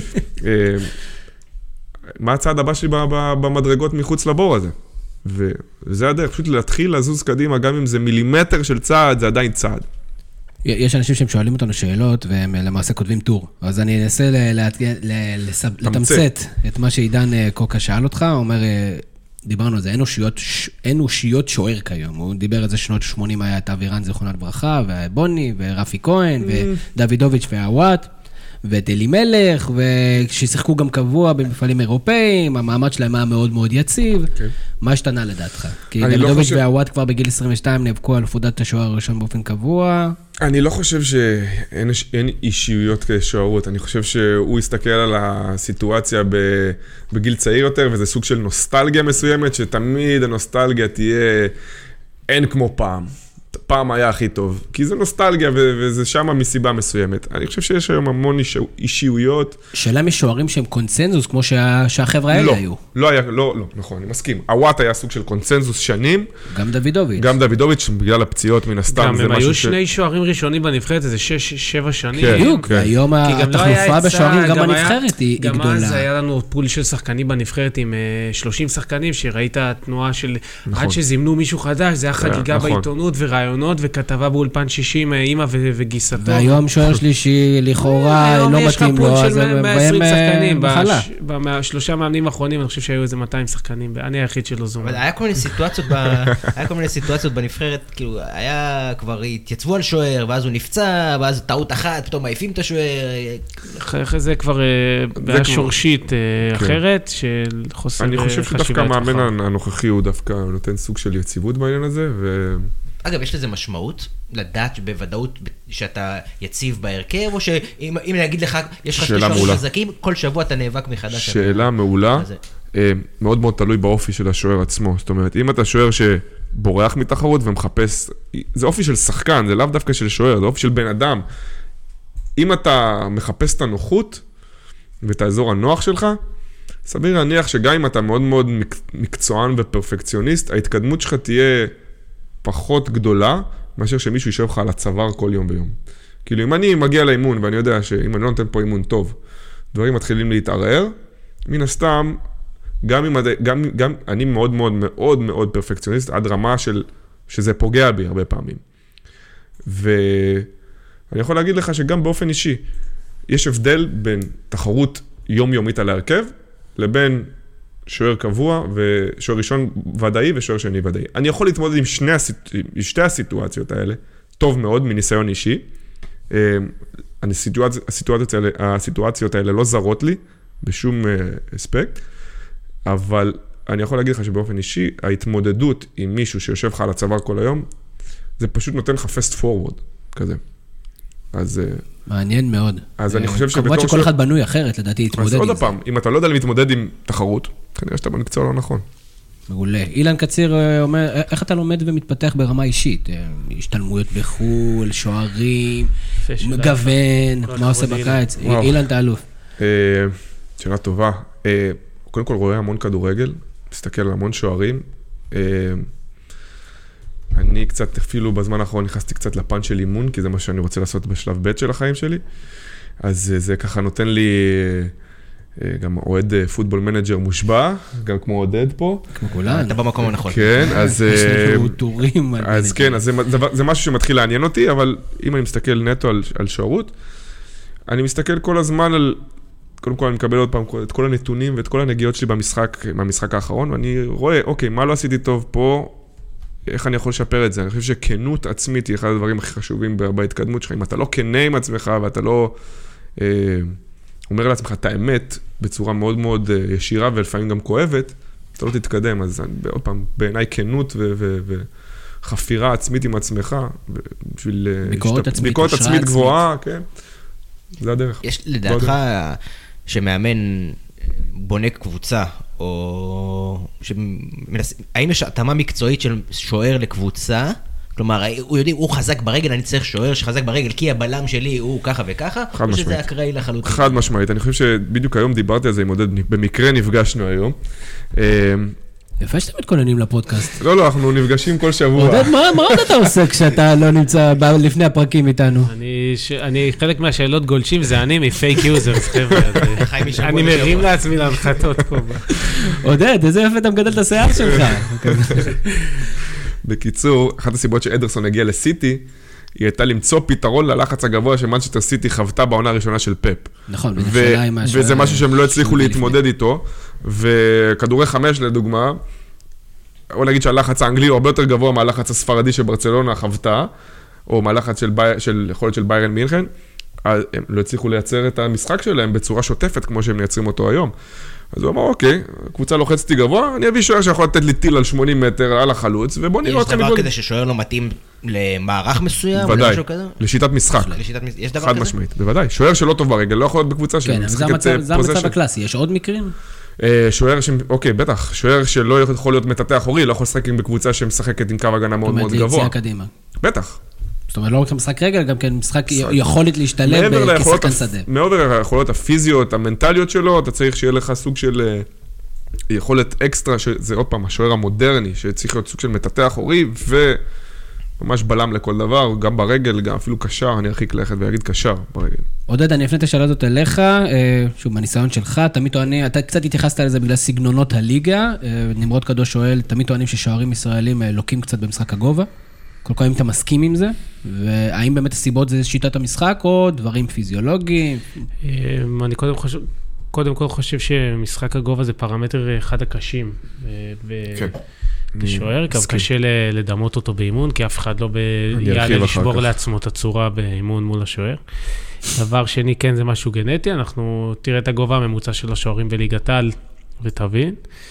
D: מה הצעד הבא שלי במדרגות מחוץ לבור הזה? וזה הדרך, פשוט להתחיל לזוז קדימה, גם אם זה מילימטר של צעד, זה עדיין צעד.
A: יש אנשים שהם שואלים אותנו שאלות, והם למעשה כותבים טור. אז אני אנסה לתמצת את מה שעידן קוקה שאל אותך, הוא אומר, דיברנו על זה, אין אושיות שוער כיום. הוא דיבר על זה שנות 80 היה את אבירן זיכרונו לברכה, ובוני, ורפי כהן, ודוידוביץ' והוואט. ואת אלימלך, וכששיחקו גם קבוע במפעלים אירופאים, המעמד שלהם היה מאוד מאוד יציב. מה השתנה לדעתך? כי דוידוביץ' והוואט כבר בגיל 22 נאבקו על עפודת השוער הראשון באופן קבוע.
D: אני לא חושב שאין אישיויות כשוערות, אני חושב שהוא יסתכל על הסיטואציה בגיל צעיר יותר, וזה סוג של נוסטלגיה מסוימת, שתמיד הנוסטלגיה תהיה אין כמו פעם. פעם היה הכי טוב, כי זה נוסטלגיה וזה שמה מסיבה מסוימת. אני חושב שיש היום המון אישיויות.
A: שאלה משוערים שהם קונצנזוס, כמו שהחבר'ה האלה היו.
D: לא, נכון, אני מסכים. הוואט היה סוג של קונצנזוס שנים.
A: גם דוידוביץ'.
D: גם דוידוביץ', בגלל הפציעות מן הסתם.
C: גם הם היו שני שוערים ראשונים בנבחרת, איזה 6-7 שנים.
A: בדיוק, והיום התחלופה בשוערים גם בנבחרת היא גדולה.
C: גם אז היה לנו פול של שחקנים בנבחרת עם 30 שחקנים, שראית תנועה של עד שזימנו מישהו חדש, זה היה חגיגה בעיתונות ורעיונות וכתבה באולפן 60 אימא וגיסתו.
A: והיום שוער שלישי לכאורה לא מתאים לו, אז הם בהם מחלה.
C: בשלושה מאמנים האחרונים אני חושב שהיו איזה 200 שחקנים, ואני היחיד שלא זומר.
E: אבל היה כל מיני סיטואציות בנבחרת, כאילו היה כבר התייצבו על שוער, ואז הוא נפצע, ואז טעות אחת, פתאום מעיפים את השוער.
C: אחרי זה כבר בעיה שורשית אחרת, של חוסר חשיבה.
D: אני חושב שדווקא המאמן הנוכחי הוא דווקא נותן סוג של יציבות בעניין הזה,
E: אגב, יש לזה משמעות, לדעת בוודאות שאתה יציב בהרכב, או שאם אני אגיד לך, יש לך שני שוערים חזקים, כל שבוע אתה נאבק מחדש.
D: שאלה מעולה, מאוד מאוד תלוי באופי של השוער עצמו. זאת אומרת, אם אתה שוער שבורח מתחרות ומחפש, זה אופי של שחקן, זה לאו דווקא של שוער, זה אופי של בן אדם. אם אתה מחפש את הנוחות ואת האזור הנוח שלך, סביר להניח שגם אם אתה מאוד מאוד מקצוען ופרפקציוניסט, ההתקדמות שלך תהיה פחות גדולה, מאשר שמישהו יישב לך על הצוואר כל יום ביום. כאילו, אם אני מגיע לאימון, ואני יודע שאם אני לא נותן פה אימון טוב, דברים מתחילים להתערער, מן הסתם, גם אני מאוד מאוד מאוד מאוד פרפקציוניסט, עד רמה שזה פוגע בי הרבה פעמים. ואני יכול להגיד לך שגם באופן אישי, יש הבדל בין תחרות יומיומית על ההרכב, לבין שוער קבוע, ושוער ראשון ודאי ושוער שני ודאי. אני יכול להתמודד עם שתי הסיטואציות האלה, טוב מאוד, מניסיון אישי. הסיטואציות האלה לא זרות לי, בשום אספקט, אבל אני יכול להגיד לך שבאופן אישי, ההתמודדות עם מישהו שיושב לך על הצוואר כל היום, זה פשוט נותן לך fast forward, כזה. אז
A: מעניין מאוד.
D: אז אני חושב שבתור
A: כמובן שכל אחד בנוי אחרת, לדעתי, להתמודד עם זה.
D: אז עוד פעם, אם אתה לא יודע להתמודד עם תחרות, כנראה שאתה במקצוע לא נכון.
A: מעולה. אילן קציר אומר, איך אתה לומד ומתפתח ברמה אישית? השתלמויות בחול, שוערים, גוון, מה עושה בקיץ? אילן תאלוף.
D: שאלה טובה. קודם כל רואה המון כדורגל, מסתכל על המון שוערים. אני קצת, אפילו בזמן האחרון נכנסתי קצת לפן של אימון, כי זה מה שאני רוצה לעשות בשלב ב' של החיים שלי. אז זה ככה נותן לי גם אוהד פוטבול מנג'ר מושבע, גם כמו עודד פה.
A: כמו כולן.
E: אתה במקום הנכון.
D: כן, אז
A: טורים.
D: אז כן, אז זה משהו שמתחיל לעניין אותי, אבל אם אני מסתכל נטו על שוערות, אני מסתכל כל הזמן על, קודם כל אני מקבל עוד פעם את כל הנתונים ואת כל הנגיעות שלי במשחק האחרון, ואני רואה, אוקיי, מה לא עשיתי טוב פה, איך אני יכול לשפר את זה? אני חושב שכנות עצמית היא אחד הדברים הכי חשובים בהתקדמות שלך. אם אתה לא כנה עם עצמך ואתה לא אומר לעצמך את האמת בצורה מאוד מאוד ישירה ולפעמים גם כואבת, אתה לא תתקדם. אז עוד פעם, בעיניי כנות וחפירה עצמית עם עצמך, בשביל ביקורת עצמית גבוהה, כן. זה הדרך.
E: יש לדעתך שמאמן בונה קבוצה, או האם יש התאמה מקצועית של שוער לקבוצה? כלומר, הוא חזק ברגל, אני צריך שוער שחזק ברגל, כי הבלם שלי הוא ככה וככה, או שזה אקראי לחלוטין?
D: חד משמעית, אני חושב שבדיוק היום דיברתי על זה עם עודד, במקרה נפגשנו היום.
A: יפה שאתם מתכוננים לפודקאסט.
D: לא, אנחנו נפגשים כל שבוע.
A: עודד, מה עוד אתה עושה כשאתה לא נמצא לפני הפרקים איתנו?
C: אני, חלק מהשאלות גולשים, זה אני מפייק יוזרס, חבר'ה. אני מרים לעצמי להנחתות פה.
A: עודד, איזה יפה אתה מגדל את השיער שלך.
D: בקיצור, אחת הסיבות שאדרסון הגיע לסיטי, היא הייתה למצוא פתרון ללחץ הגבוה שמנצ'סטר סיטי חוותה בעונה הראשונה של פפ.
A: נכון,
D: וזה משהו שהם לא הצליחו להתמודד איתו, וכדורי 5 לדוגמה, או נגיד שהלחץ האנגלי הוא הרבה יותר גבוה מהלחץ הספרדי שברצלונה חוותה, או מהלחץ של יכול להיות של ביירן מינכן, הם לא הצליחו לייצר את המשחק שלהם בצורה שוטפת, כמו שהם מייצרים אותו היום. אז הוא אמר, אוקיי, קבוצה לוחצת לי גבוה, אני אביא שוער שיכול לתת לי טיל על 80 מטר על החלוץ, ובוא נראה
E: יש דבר כזה ששוער לא מתאים למערך מסוים, או למשהו כזה?
D: לשיטת משחק.
E: יש דבר
D: חד
E: כזה?
D: משמעית, בוודאי. שוער שלא טוב ברגל, לא יכול להיות בקבוצה
A: כן, אבל זה המצב הקלאסי. יש עוד מקרים?
D: שוער אוקיי, בטח. שוער שלא יכול להיות מטאטא אחורי, לא יכול לשחק בקבוצה שמשחקת עם קו הגנה מאוד מאוד גבוה.
A: ליציאה קדימה.
D: בטח.
A: זאת אומרת, לא רק משחק רגל, גם כן משחק יכולת להשתלב כשחקן שדה.
D: מעבר ליכולות הפיזיות, המנטליות שלו, אתה צריך שיהיה לך סוג של יכולת אקסטרה, שזה עוד פעם, השוער המודרני, שצריך להיות סוג של מטאטא אחורי, וממש בלם לכל דבר, גם ברגל, גם אפילו קשר, אני ארחיק לכת ויגיד קשר ברגל.
A: עודד, אני אפנה את השאלה הזאת אליך, שוב, בניסיון שלך, תמיד טוענים, אתה קצת התייחסת לזה בגלל סגנונות הליגה, נמרוד קדוש שואל, תמיד טוענים ששוערים ישראלים לוקים קצת במשחק הגובה, כל כך אם אתה מסכים עם זה, והאם באמת הסיבות זה שיטת המשחק, או דברים פיזיולוגיים?
C: אני קודם כל חושב שמשחק הגובה זה פרמטר אחד הקשים, בשוער, גם קשה לדמות אותו באימון, כי אף אחד לא יעלה לשבור לעצמו את הצורה באימון מול השוער. דבר שני, כן, זה משהו גנטי, אנחנו תראה את הגובה הממוצע של השוערים בליגת העל, ותבין.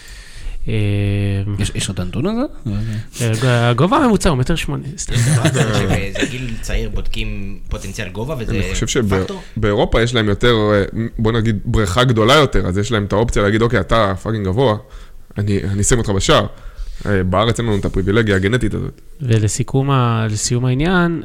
A: יש עוד הנתון הזה?
C: הגובה הממוצע הוא 1.80 מטר.
E: זה גיל צעיר בודקים פוטנציאל גובה, וזה
D: אני חושב שבאירופה יש להם יותר, בוא נגיד, בריכה גדולה יותר, אז יש להם את האופציה להגיד, אוקיי, אתה פאקינג גבוה, אני אשים אותך בשער. בארץ אין לנו את הפריבילגיה הגנטית הזאת.
C: ולסיום העניין,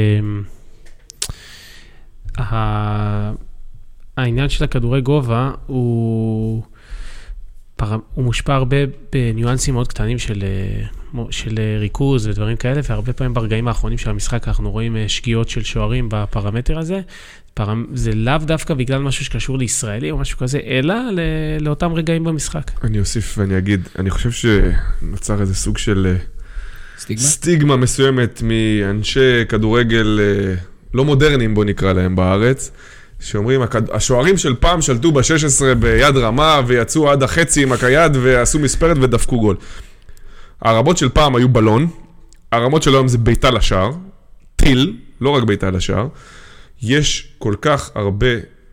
C: העניין של הכדורי גובה הוא מושפע הרבה בניואנסים מאוד קטנים של ריכוז ודברים כאלה, והרבה פעמים ברגעים האחרונים של המשחק אנחנו רואים שגיאות של שוערים בפרמטר הזה. זה לאו דווקא בגלל משהו שקשור לישראלי או משהו כזה, אלא לאותם רגעים במשחק.
D: אני אוסיף ואני אגיד, אני חושב שנוצר איזה סוג של סטיגמה מסוימת מאנשי כדורגל לא מודרניים, בוא נקרא להם בארץ, שאומרים, השוערים של פעם שלטו ב-16 ביד רמה, ויצאו עד החצי עם הקייד, ועשו מספרת ודפקו גול. הרמות של פעם היו בלון, הרמות של היום זה ביתה לשער, טיל, לא רק ביתה לשער, יש כל כך הרבה,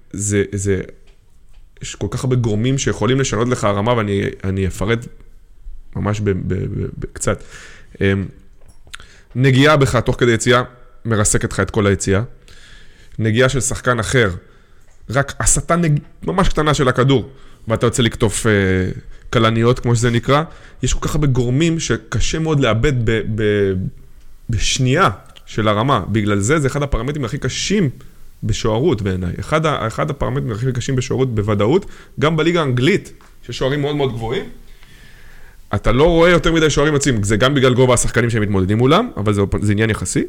D: יש כל כך הרבה גורמים שיכולים לשנות לך הרמה, ואני אפרט ממש בקצת. נגיעה בך תוך כדי יציאה, מרסקת לך את כל היציאה. נגיעה של שחקן אחר, רק הסתה ממש קטנה של הכדור, ואתה יוצא לקטוף קלניות, כמו שזה נקרא. יש כל כך הרבה גורמים שקשה מאוד לאבד בשנייה של הרמה. בגלל זה אחד הפרמטרים הכי קשים בשוערות בעיניי. אחד הפרמטרים הכי קשים בשוערות בוודאות, גם בליגה האנגלית, ששוערים מאוד מאוד גבוהים, אתה לא רואה יותר מדי שוערים יוצאים. זה גם בגלל גובה השחקנים שהם מתמודדים מולם, אבל זה עניין יחסי,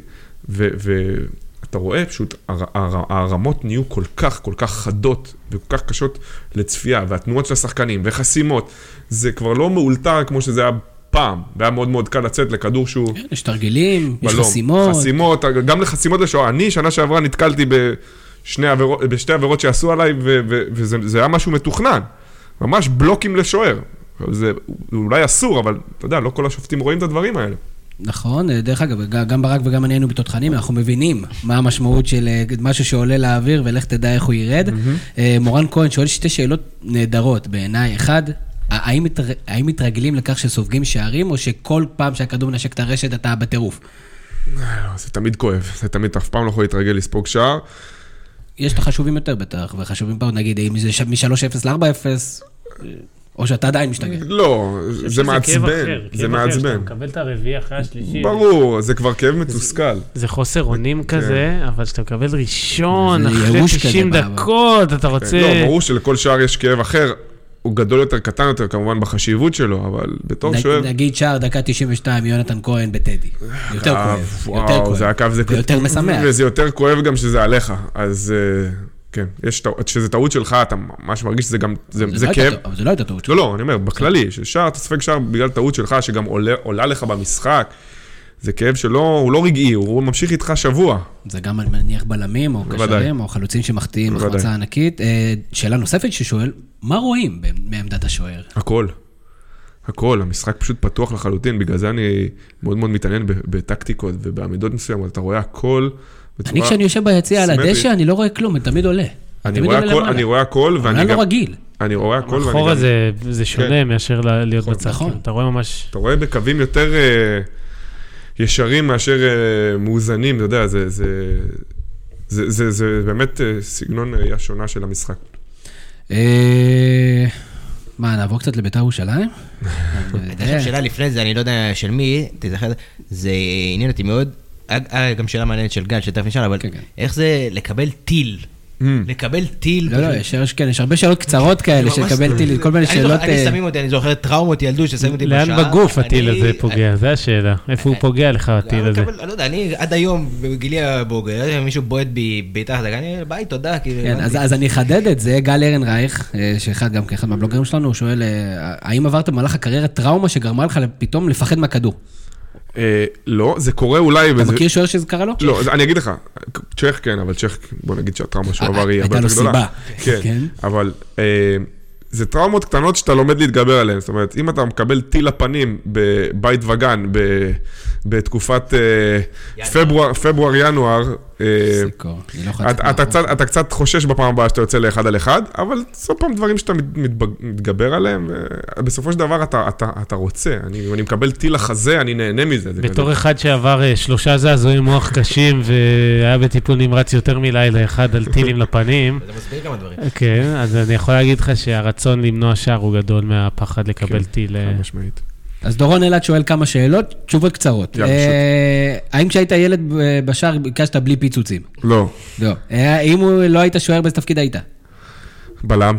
D: אתה רואה פשוט, הרמות נהיו כל כך חדות וכל כך קשות לצפייה, והתנועות של השחקנים וחסימות, זה כבר לא מאולתר כמו שזה היה פעם, והיה מאוד מאוד קל לצאת לכדור שהוא...
A: יש תרגילים, יש חסימות.
D: חסימות, גם לחסימות לשוער. אני שנה שעברה נתקלתי בשתי עבירות שעשו עליי, וזה היה משהו מתוכנן. ממש בלוקים לשוער. זה אולי אסור, אבל אתה יודע, לא כל השופטים רואים את הדברים האלה.
A: נכון, דרך אגב, גם ברק וגם אני היינו בתותחנים, אנחנו מבינים מה המשמעות של משהו שעולה לאוויר, ולך תדע איך הוא ירד. מורן כהן שואל שתי שאלות נהדרות בעיניי. אחד, האם מתרגלים לכך שסופגים שערים, או שכל פעם שהכדור מנשק את הרשת אתה בטירוף?
D: זה תמיד כואב, זה תמיד אף פעם לא יכול להתרגל לספוג שער.
A: יש את החשובים יותר בטח, וחשובים פה, נגיד, אם זה מ-3-0 ל-4-0, או שאתה עדיין משתגע.
D: לא, זה מעצבן, זה מעצבן.
C: אתה מקבל את הרביעי אחרי השלישי.
D: ברור, זה כבר כאב מתוסכל.
C: זה חוסר אונים כזה, אבל שאתה מקבל ראשון, אחרי 90 דקות, אתה רוצה...
D: לא, ברור שלכל שער יש כאב אחר, הוא גדול יותר, קטן יותר, כמובן בחשיבות שלו, אבל בתור שוער...
A: נגיד שער, דקה 92, יונתן כהן בטדי. יותר כואב.
D: וואו, זה הקו, זה
A: יותר משמח.
D: וזה יותר כואב גם שזה עליך, אז... כן, שזה טעות שלך, אתה ממש מרגיש שזה גם, זה כאב.
A: אבל זה לא הייתה טעות שלך.
D: לא, אני אומר, בכללי, ששער, אתה ספק שער בגלל טעות שלך, שגם עולה לך במשחק, זה כאב שלא, הוא לא רגעי, הוא ממשיך איתך שבוע.
A: זה גם מניח בלמים, או קשרים, או חלוצים שמחטיאים החמצה ענקית. שאלה נוספת ששואל, מה רואים מעמדת השוער?
D: הכל, המשחק פשוט פתוח לחלוטין, בגלל זה אני מאוד מאוד מתעניין בטקטיקות ובעמידות מסוימות, אתה רואה הכל
A: אני כשאני יושב ביציע על הדשא, אני לא רואה כלום, אני תמיד עולה.
D: אני רואה הכל,
A: ואני לא רגיל.
D: אני רואה הכל,
C: החור הזה, זה שונה מאשר להיות בצד. אתה רואה ממש...
D: אתה רואה בקווים יותר ישרים מאשר מאוזנים, אתה יודע, זה באמת סגנון ראייה שונה של המשחק.
A: מה, נעבור קצת לבית"ר ירושלים?
E: שאלה לפני זה, אני לא יודע של מי, תזכר, זה עניין אותי מאוד, גם שאלה מעניינת של גל, שתכף נשאל, אבל איך זה לקבל טיל? לקבל טיל.
A: לא, יש הרבה שאלות קצרות כאלה, שלקבל טיל, כל מיני שאלות...
E: אני שמים אותי, אני זוכר טראומות ילדות ששמים אותי בשעה.
C: לאן בגוף הטיל הזה פוגע? זה השאלה. איפה הוא פוגע לך הטיל הזה?
E: אני לא יודע, אני עד היום, בגילי הבוגר, מישהו בועט בי בעיטה, אני ביי, תודה.
A: אז אני אחדד את זה, גל ארנרייך, שאחד גם כאחד מהבלוגרים שלנו, הוא שואל, האם עברת במהלך הקריירה טראומה שגרמה לך פתאום לפחד מהכדור?
D: לא, זה קורה אולי...
A: אתה מכיר שוער שזה קרה לו?
D: לא, אני אגיד לך, צ'ך כן, אבל צ'ך, בוא נגיד שהטראומה שהוא עבר היא הרבה יותר גדולה.
A: הייתה לו סיבה.
D: כן, אבל זה טראומות קטנות שאתה לומד להתגבר עליהן. זאת אומרת, אם אתה מקבל טיל לפנים בבית וגן, בתקופת פברואר-ינואר, אתה קצת חושש בפעם הבאה שאתה יוצא לאחד על אחד, אבל זו פעם דברים שאתה מתגבר עליהם, ובסופו של דבר אתה רוצה. אני מקבל טיל לחזה, אני נהנה מזה.
C: בתור אחד שעבר 3 זעזועים מוח קשים, והיה בטיפול נמרץ יותר מלילה אחד על טילים לפנים.
E: זה מסביר כמה דברים.
C: כן, אז אני יכול להגיד לך שהרצון למנוע שער הוא גדול מהפחד לקבל טיל.
D: משמעית.
A: אז דורון אלעד שואל כמה שאלות, תשובות קצרות. האם כשהיית ילד בשער ביקשת בלי פיצוצים?
D: לא.
A: לא. האם לא היית שוער באיזה תפקיד היית?
D: בלם.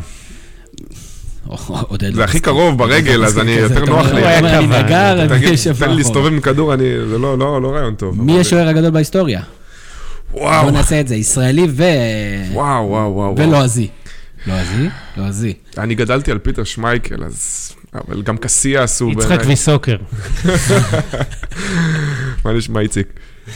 D: זה הכי קרוב ברגל, אז אני יותר נוח לי.
A: אני נגר,
D: תן לי להסתובב עם כדור, זה לא רעיון טוב.
A: מי השוער הגדול בהיסטוריה?
D: וואו.
A: בוא נעשה את זה, ישראלי
D: וואו.
A: ולועזי. לועזי.
D: אני גדלתי על פיטר שמייקל, אבל גם קסיה עשו...
C: יצחק ויסוקר.
D: מה נשמע איציק?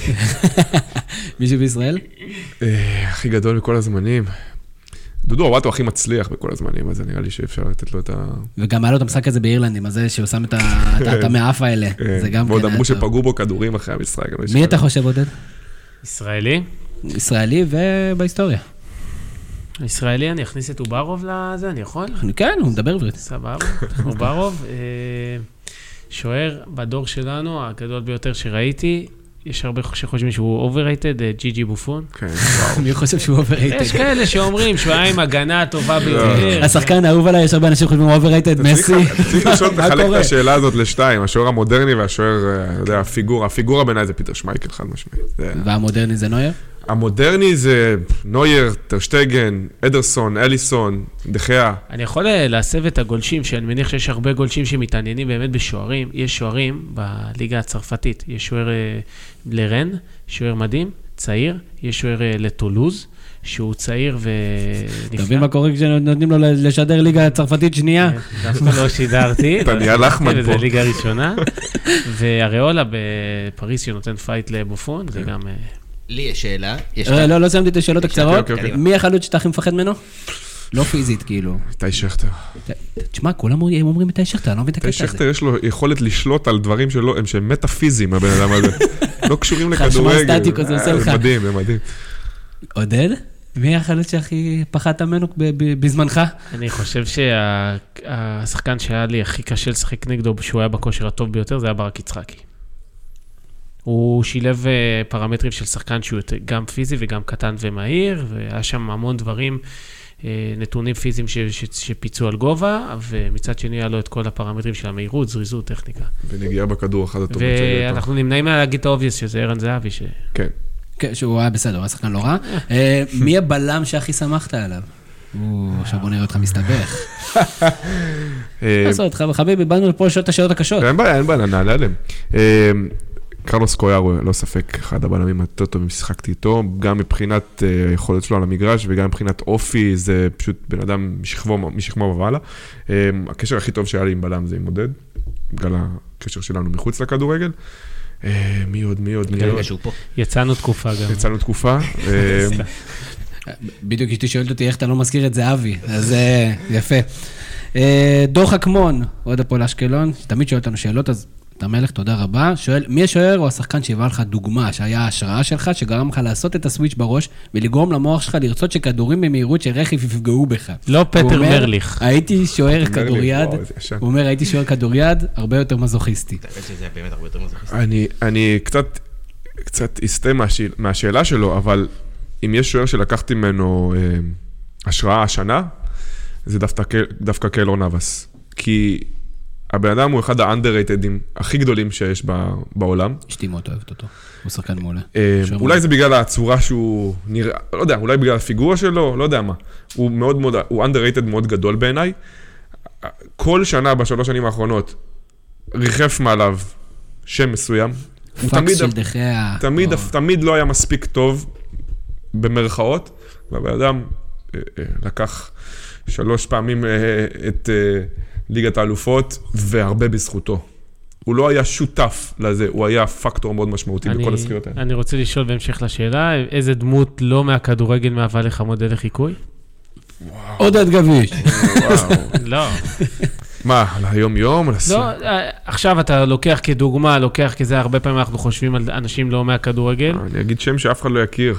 A: מישהו בישראל?
D: הכי גדול בכל הזמנים. דודו אורט הוא הכי מצליח בכל הזמנים, אז נראה לי שאפשר לתת לו את ה...
A: וגם היה לו את המשחק הזה באירלנד, עם הזה שהוא שם את המאף האלה. זה גם כן...
D: ועוד אמרו שפגעו בו כדורים אחרי המשחק.
A: מי אתה חושב, עודד?
C: ישראלי?
A: ישראלי ובהיסטוריה.
C: ישראלי, אני אכניס את אוברוב לזה, אני יכול?
A: כן, הוא מדבר עברית.
C: סבבה, אוברוב. שוער בדור שלנו, הגדול ביותר שראיתי, יש הרבה שחושבים שהוא overrated, ג'י בופון.
D: כן, וואו.
A: מי חושב שהוא overrated?
C: יש כאלה שאומרים שהוא היה עם הגנה הטובה ביותר.
A: השחקן האהוב עליי, יש הרבה אנשים שחושבים הוא overrated, מסי.
D: צריך לשאול, תחלק את השאלה הזאת לשתיים, השוער המודרני והשוער, אתה יודע, הפיגורה בעיניי זה פיטר שמייקל, חד משמעית.
A: והמודרני זה נויר?
D: המודרני זה נויר, טרשטגן, אדרסון, אליסון, דחיה.
C: אני יכול להסב את הגולשים, שאני מניח שיש הרבה גולשים שמתעניינים באמת בשוערים. יש שוערים בליגה הצרפתית. יש שוער לרן, שוער מדהים, צעיר. יש שוער לטולוז, שהוא צעיר ונפלא.
A: אתה מבין מה קורה כשנותנים לו לשדר ליגה הצרפתית שנייה?
C: דווקא לא שידרתי.
D: אתה נהיה לחמן פה.
C: זה ליגה ראשונה. והריאולה בפריס שנותן פייט לבופון, זה גם...
E: לי יש שאלה.
A: לא סיימתי את השאלות הקצרות. מי החלוץ שאתה הכי מפחד ממנו? לא פיזית, כאילו.
D: איתי שכטר.
A: תשמע, כולם אומרים איתי שכטר, אני לא מבין את הקטע הזה.
D: איתי שכטר יש לו יכולת לשלוט על דברים שהם מטאפיזיים, הבן אדם הזה. לא קשורים לכדורגל.
A: חשמל סטטיקו, זה עושה לך.
D: זה מדהים, זה מדהים.
A: עודד? מי החלוץ שהכי פחדת ממנו בזמנך?
C: אני חושב שהשחקן שהיה לי הכי קשה לשחק נגדו, שהוא היה בכושר הטוב ביותר, זה היה ברק יצחקי. הוא שילב פרמטרים של שחקן שהוא גם פיזי וגם קטן ומהיר, והיה שם המון דברים, נתונים פיזיים שפיצו על גובה, ומצד שני היה לו את כל הפרמטרים של המהירות, זריזות, טכניקה.
D: ונגיעה בכדור אחד הטוב.
C: ואנחנו נמנעים להגיד את האובייס, שזה ערן זהבי.
D: כן.
A: כן, שהוא היה בסדר, הוא היה שחקן לא רע. מי הבלם שהכי שמחת עליו? עכשיו בוא נראה אותך מסתבך. לעשות אותך, חביבי, באנו לפה לשאול את השאלות הקשות.
D: אין בעיה, נעלה עליהם. קרלוס קויארו, לא ספק, אחד הבלמים יותר טובים, שחקתי איתו, גם מבחינת יכולת שלו על המגרש, וגם מבחינת אופי, זה פשוט בן אדם משכמו ומעלה. הקשר הכי טוב שהיה לי עם בלם זה עם עודד, בגלל הקשר שלנו מחוץ לכדורגל. מי עוד?
C: יצאנו תקופה גם.
D: יצאנו תקופה.
A: בדיוק אשתי שואלת אותי איך אתה לא מזכיר את זה אבי, אז יפה. דור חכמון, עוד הפועל אשקלון, תמיד שואל אותנו שאלות, אז אתה מלך, תודה רבה. שואל, מי השוער או השחקן שהבא לך דוגמה, שהיה ההשראה שלך, שגרם לך לעשות את הסוויץ' בראש, ולגרום למוח שלך לרצות שכדורים במהירות של רכב יפגעו בך?
C: לא פטר מרליך.
A: הייתי שוער כדוריד, הוא אומר, הייתי שוער כדוריד, הרבה יותר מזוכיסטי.
E: זה באמת הרבה יותר מזוכיסטי.
D: אני קצת אסתה מהשאלה שלו, אבל אם יש שוער שלקחתי ממנו השראה השנה, זה דווקא קיילור נאבס. כי הבן אדם הוא אחד האנדררייטדים הכי גדולים שיש בעולם.
A: אשתי מאוד אוהבת אותו, הוא שחקן מעולה.
D: אולי זה בגלל הצורה שהוא נראה, לא יודע, אולי בגלל הפיגורה שלו, לא יודע מה. הוא אנדררייטד מאוד גדול בעיניי. כל שנה בשלוש שנים האחרונות ריחף מעליו שם מסוים.
A: פאקס של דחיה.
D: תמיד לא היה מספיק טוב במרכאות, והבן אדם לקח 3 פעמים את ליגת האלופות, והרבה בזכותו. הוא לא היה שותף לזה, הוא היה פקטור מאוד משמעותי בכל הזכויות האלה.
C: אני רוצה לשאול בהמשך לשאלה, איזה דמות לא מהכדורגל מהווה לך מודל לחיקוי?
A: עודד גביש.
C: לא.
D: מה, על היום-יום?
C: לא, עכשיו אתה לוקח כדוגמה, לוקח כזה, הרבה פעמים אנחנו חושבים על אנשים לא מהכדורגל.
D: אני אגיד שם שאף אחד לא יכיר.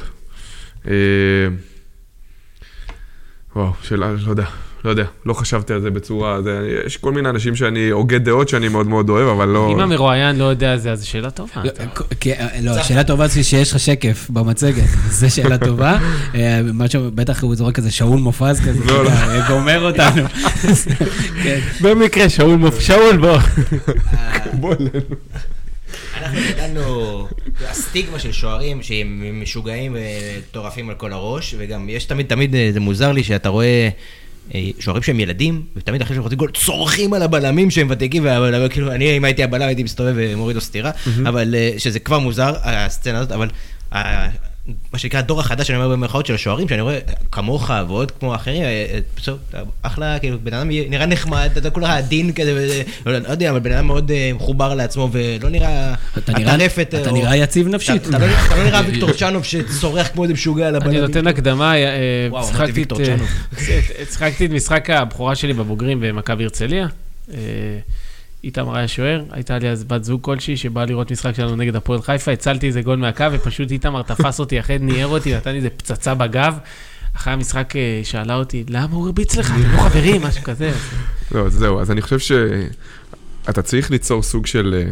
D: וואו, שאלה, לא יודע, לא חשבתי על זה בצורה, יש כל מיני אנשים שאני הוגה דעות שאני מאוד מאוד אוהב, אבל לא...
C: אם המרואיין לא יודע זה, אז שאלה טובה.
A: לא, שאלה טובה זה שיש לך שקף במצגת, זה שאלה טובה. בטח הוא זורק כזה שאול מופז כזה, גומר אותנו.
C: במקרה, שאול בוא.
D: בוא אלינו.
E: אנחנו גדלנו, הסטיגמה של שוערים שהם משוגעים וטורפים על כל הראש, וגם יש תמיד, זה מוזר לי שאתה רואה שוערים שהם ילדים, ותמיד אחרי שהם חוצים גול, צורכים על הבלמים שהם ותיקים, וכאילו, אני אם הייתי הבלם הייתי מסתובב ומוריד לו סתירה, אבל שזה כבר מוזר, הסצנה הזאת, אבל מה שנקרא הדור החדש, אני אומר במרכאות של השוערים, שאני רואה כמוך ועוד כמו אחרים, בסוף, אחלה, כאילו, בן אדם נראה נחמד, אתה כולה עדין כזה, לא יודע, אבל בן אדם מאוד מחובר לעצמו, ולא נראה הטרפת.
A: אתה נראה יציב נפשית.
E: אתה לא נראה ויקטור צ'אנוב שצורך כמו איזה משוגע על הבלמים.
C: אני נותן הקדמה,
E: צחקתי
C: את משחק הבכורה שלי בבוגרים במכבי הרצליה, איתמר היה שוער, הייתה לי אז בת זוג כלשהי שבאה לראות משחק שלנו נגד הפועל חיפה, הצלתי איזה גול מהקו ופשוט איתמר תפס אותי, אחרי ניער אותי, נתן לי איזה פצצה בגב, אחרי המשחק שאלה אותי, למה הוא הרביץ לך? אתם לא חברים, משהו כזה.
D: לא, זהו, אז אני חושב שאתה צריך ליצור סוג של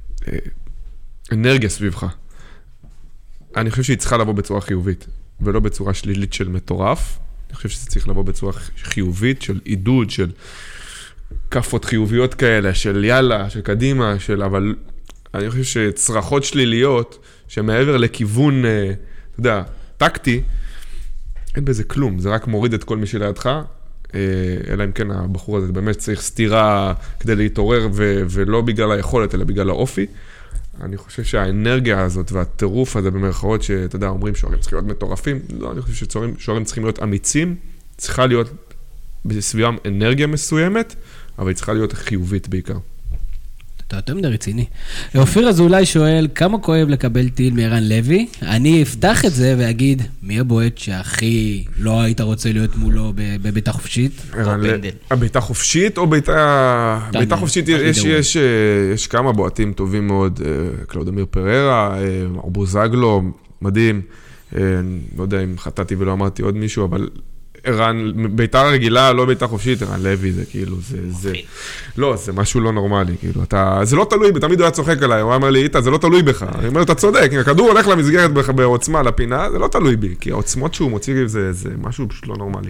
D: אנרגיה סביבך. אני חושב שהיא צריכה לבוא בצורה חיובית, ולא בצורה שלילית של מטורף. אני חושב שזה צריך לבוא בצורה חיובית, של עידוד, של כפות חיוביות כאלה, של יאללה, של קדימה, אבל אני חושב שצרכות שליליות, שמעבר לכיוון, אתה יודע, טקטי, אין בזה כלום, זה רק מוריד את כל מי שלידך, אלא אם כן הבחור הזה באמת צריך סתירה כדי להתעורר, ולא בגלל היכולת, אלא בגלל האופי. אני חושב שהאנרגיה הזאת והטירוף הזה במרכאות, שאתה יודע, אומרים שוערים צריכים להיות מטורפים, לא, אני חושב ששוערים צריכים להיות אמיצים, צריכה להיות בסביבם אנרגיה מסוימת, אבל היא צריכה להיות חיובית בעיקר.
A: אתה יותר מדי רציני. אופיר אזולאי שואל, כמה כואב לקבל טיל מערן לוי? אני אפתח את זה ואגיד, מי הבועט שהכי לא היית רוצה להיות מולו בביתה חופשית?
D: הביתה חופשית או ביתה חופשית? יש כמה בועטים טובים מאוד, קלאודמיר פררה, ארבוזגלו, מדהים. לא יודע אם חטאתי ולא אמרתי עוד מישהו, אבל ערן, ביתה רגילה, לא ביתה חופשית, ערן לוי, זה כאילו, לא, זה משהו לא נורמלי, כאילו, זה לא תלוי, תמיד הוא היה צוחק עליי, הוא אמר לי, איתה, זה לא תלוי בך. אני אומר, אתה צודק, אם הכדור הולך למסגרת בעוצמה, לפינה, זה לא תלוי בי, כי העוצמות שהוא מוציא, זה משהו פשוט לא נורמלי.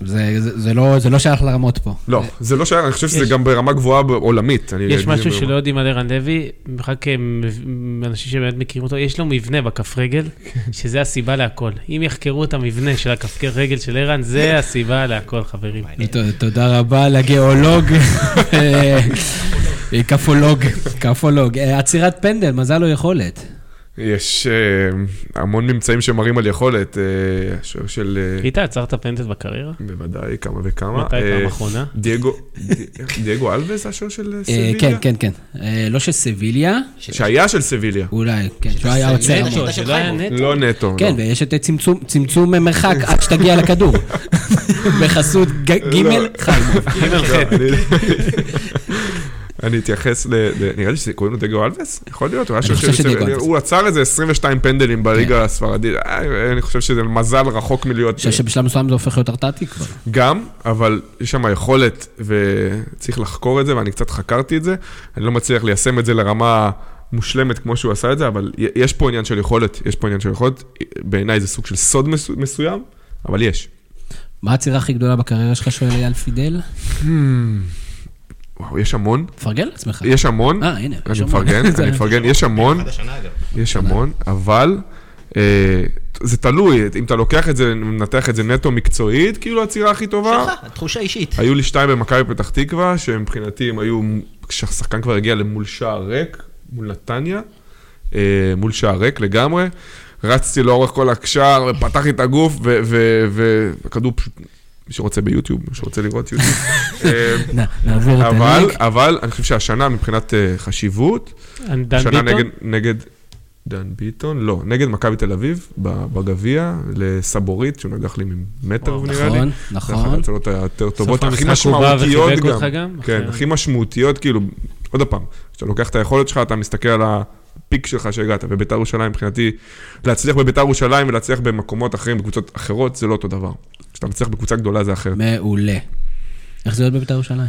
A: זה לא שייך לרמות פה.
D: לא, זה לא שייך, אני חושב שזה גם ברמה גבוהה עולמית.
C: יש משהו שלא יודעים על ערן לוי, רק אנשים שבאמת מכירים אותו, יש לו מבנה בכף רגל, שזה הסיבה להכל. אם יחקרו את המבנה של הכף רגל של ערן, זה הסיבה להכל, חברים.
A: תודה רבה לגיאולוג, קפולוג. עצירת פנדל, מזל או יכולת?
D: יש המון ממצאים שמראים על יכולת. השוער של...
C: היית עצרת פנדל בקריירה?
D: בוודאי, כמה וכמה.
C: מתי פעם אחרונה?
D: דייגו אלבס, השוער של סביליה?
A: כן. לא של סביליה.
D: שהיה של סביליה.
A: אולי, כן. שהוא היה עוצר.
C: שלא היה נטו.
D: לא נטו.
A: כן, ויש את צמצום מרחק עד שתגיע לכדור. בחסות ג' חיים.
D: אני אתייחס נראה לי שקוראים לו דגו אלבס, יכול להיות, הוא עצר איזה 22 פנדלים בליגה הספרדית, אני חושב שזה מזל רחוק מלהיות...
A: שבשלב מסוים זה הופך להיות הרתעתי כבר.
D: גם, אבל יש שם יכולת, וצריך לחקור את זה, ואני קצת חקרתי את זה, אני לא מצליח ליישם את זה לרמה מושלמת כמו שהוא עשה את זה, אבל יש פה עניין של יכולת, בעיניי זה סוג של סוד מסוים, אבל יש.
A: מה הצירה הכי גדולה בקריירה שלך, שואל אייל פידל?
D: וואו, יש המון.
A: תפרגן לעצמך.
D: יש המון.
A: הנה.
D: אני מפרגן, יש המון, אבל זה תלוי, אם אתה לוקח את זה, מנתח את זה נטו מקצועית, כאילו הצירה הכי טובה.
E: שלך, התחושה אישית.
D: היו לי 2 במכבי פתח תקווה, שמבחינתי הם היו, כשהשחקן כבר הגיע למול שער ריק, מול נתניה, מול שער ריק לגמרי, רצתי לאורך כל הקשר, ופתחתי את הגוף, וכדור פשוט, מי שרוצה ביוטיוב, מי שרוצה לראות יוטיוב. אבל אני חושב שהשנה מבחינת חשיבות, השנה נגד דן ביטון, לא, נגד מכבי תל אביב, בגביע, לסבורית, שהוא נגח לי ממטר, נראה לי.
A: נכון.
D: זה אחת ההצלות היותר טובות, הכי משמעותיות גם. כן, הכי משמעותיות, כאילו, עוד הפעם, כשאתה לוקח את היכולת שלך, אתה מסתכל על הפיק שלך שהגעת, ובית"ר ירושלים, מבחינתי, להצליח בבית"ר ירושלים ולהצליח במקומות אחרים, בקבוצות אחרות, זה לא אותו דבר. כשאתה מצליח בקבוצה גדולה, זה אחרת.
A: מעולה. איך זה להיות בבית"ר ירושלים?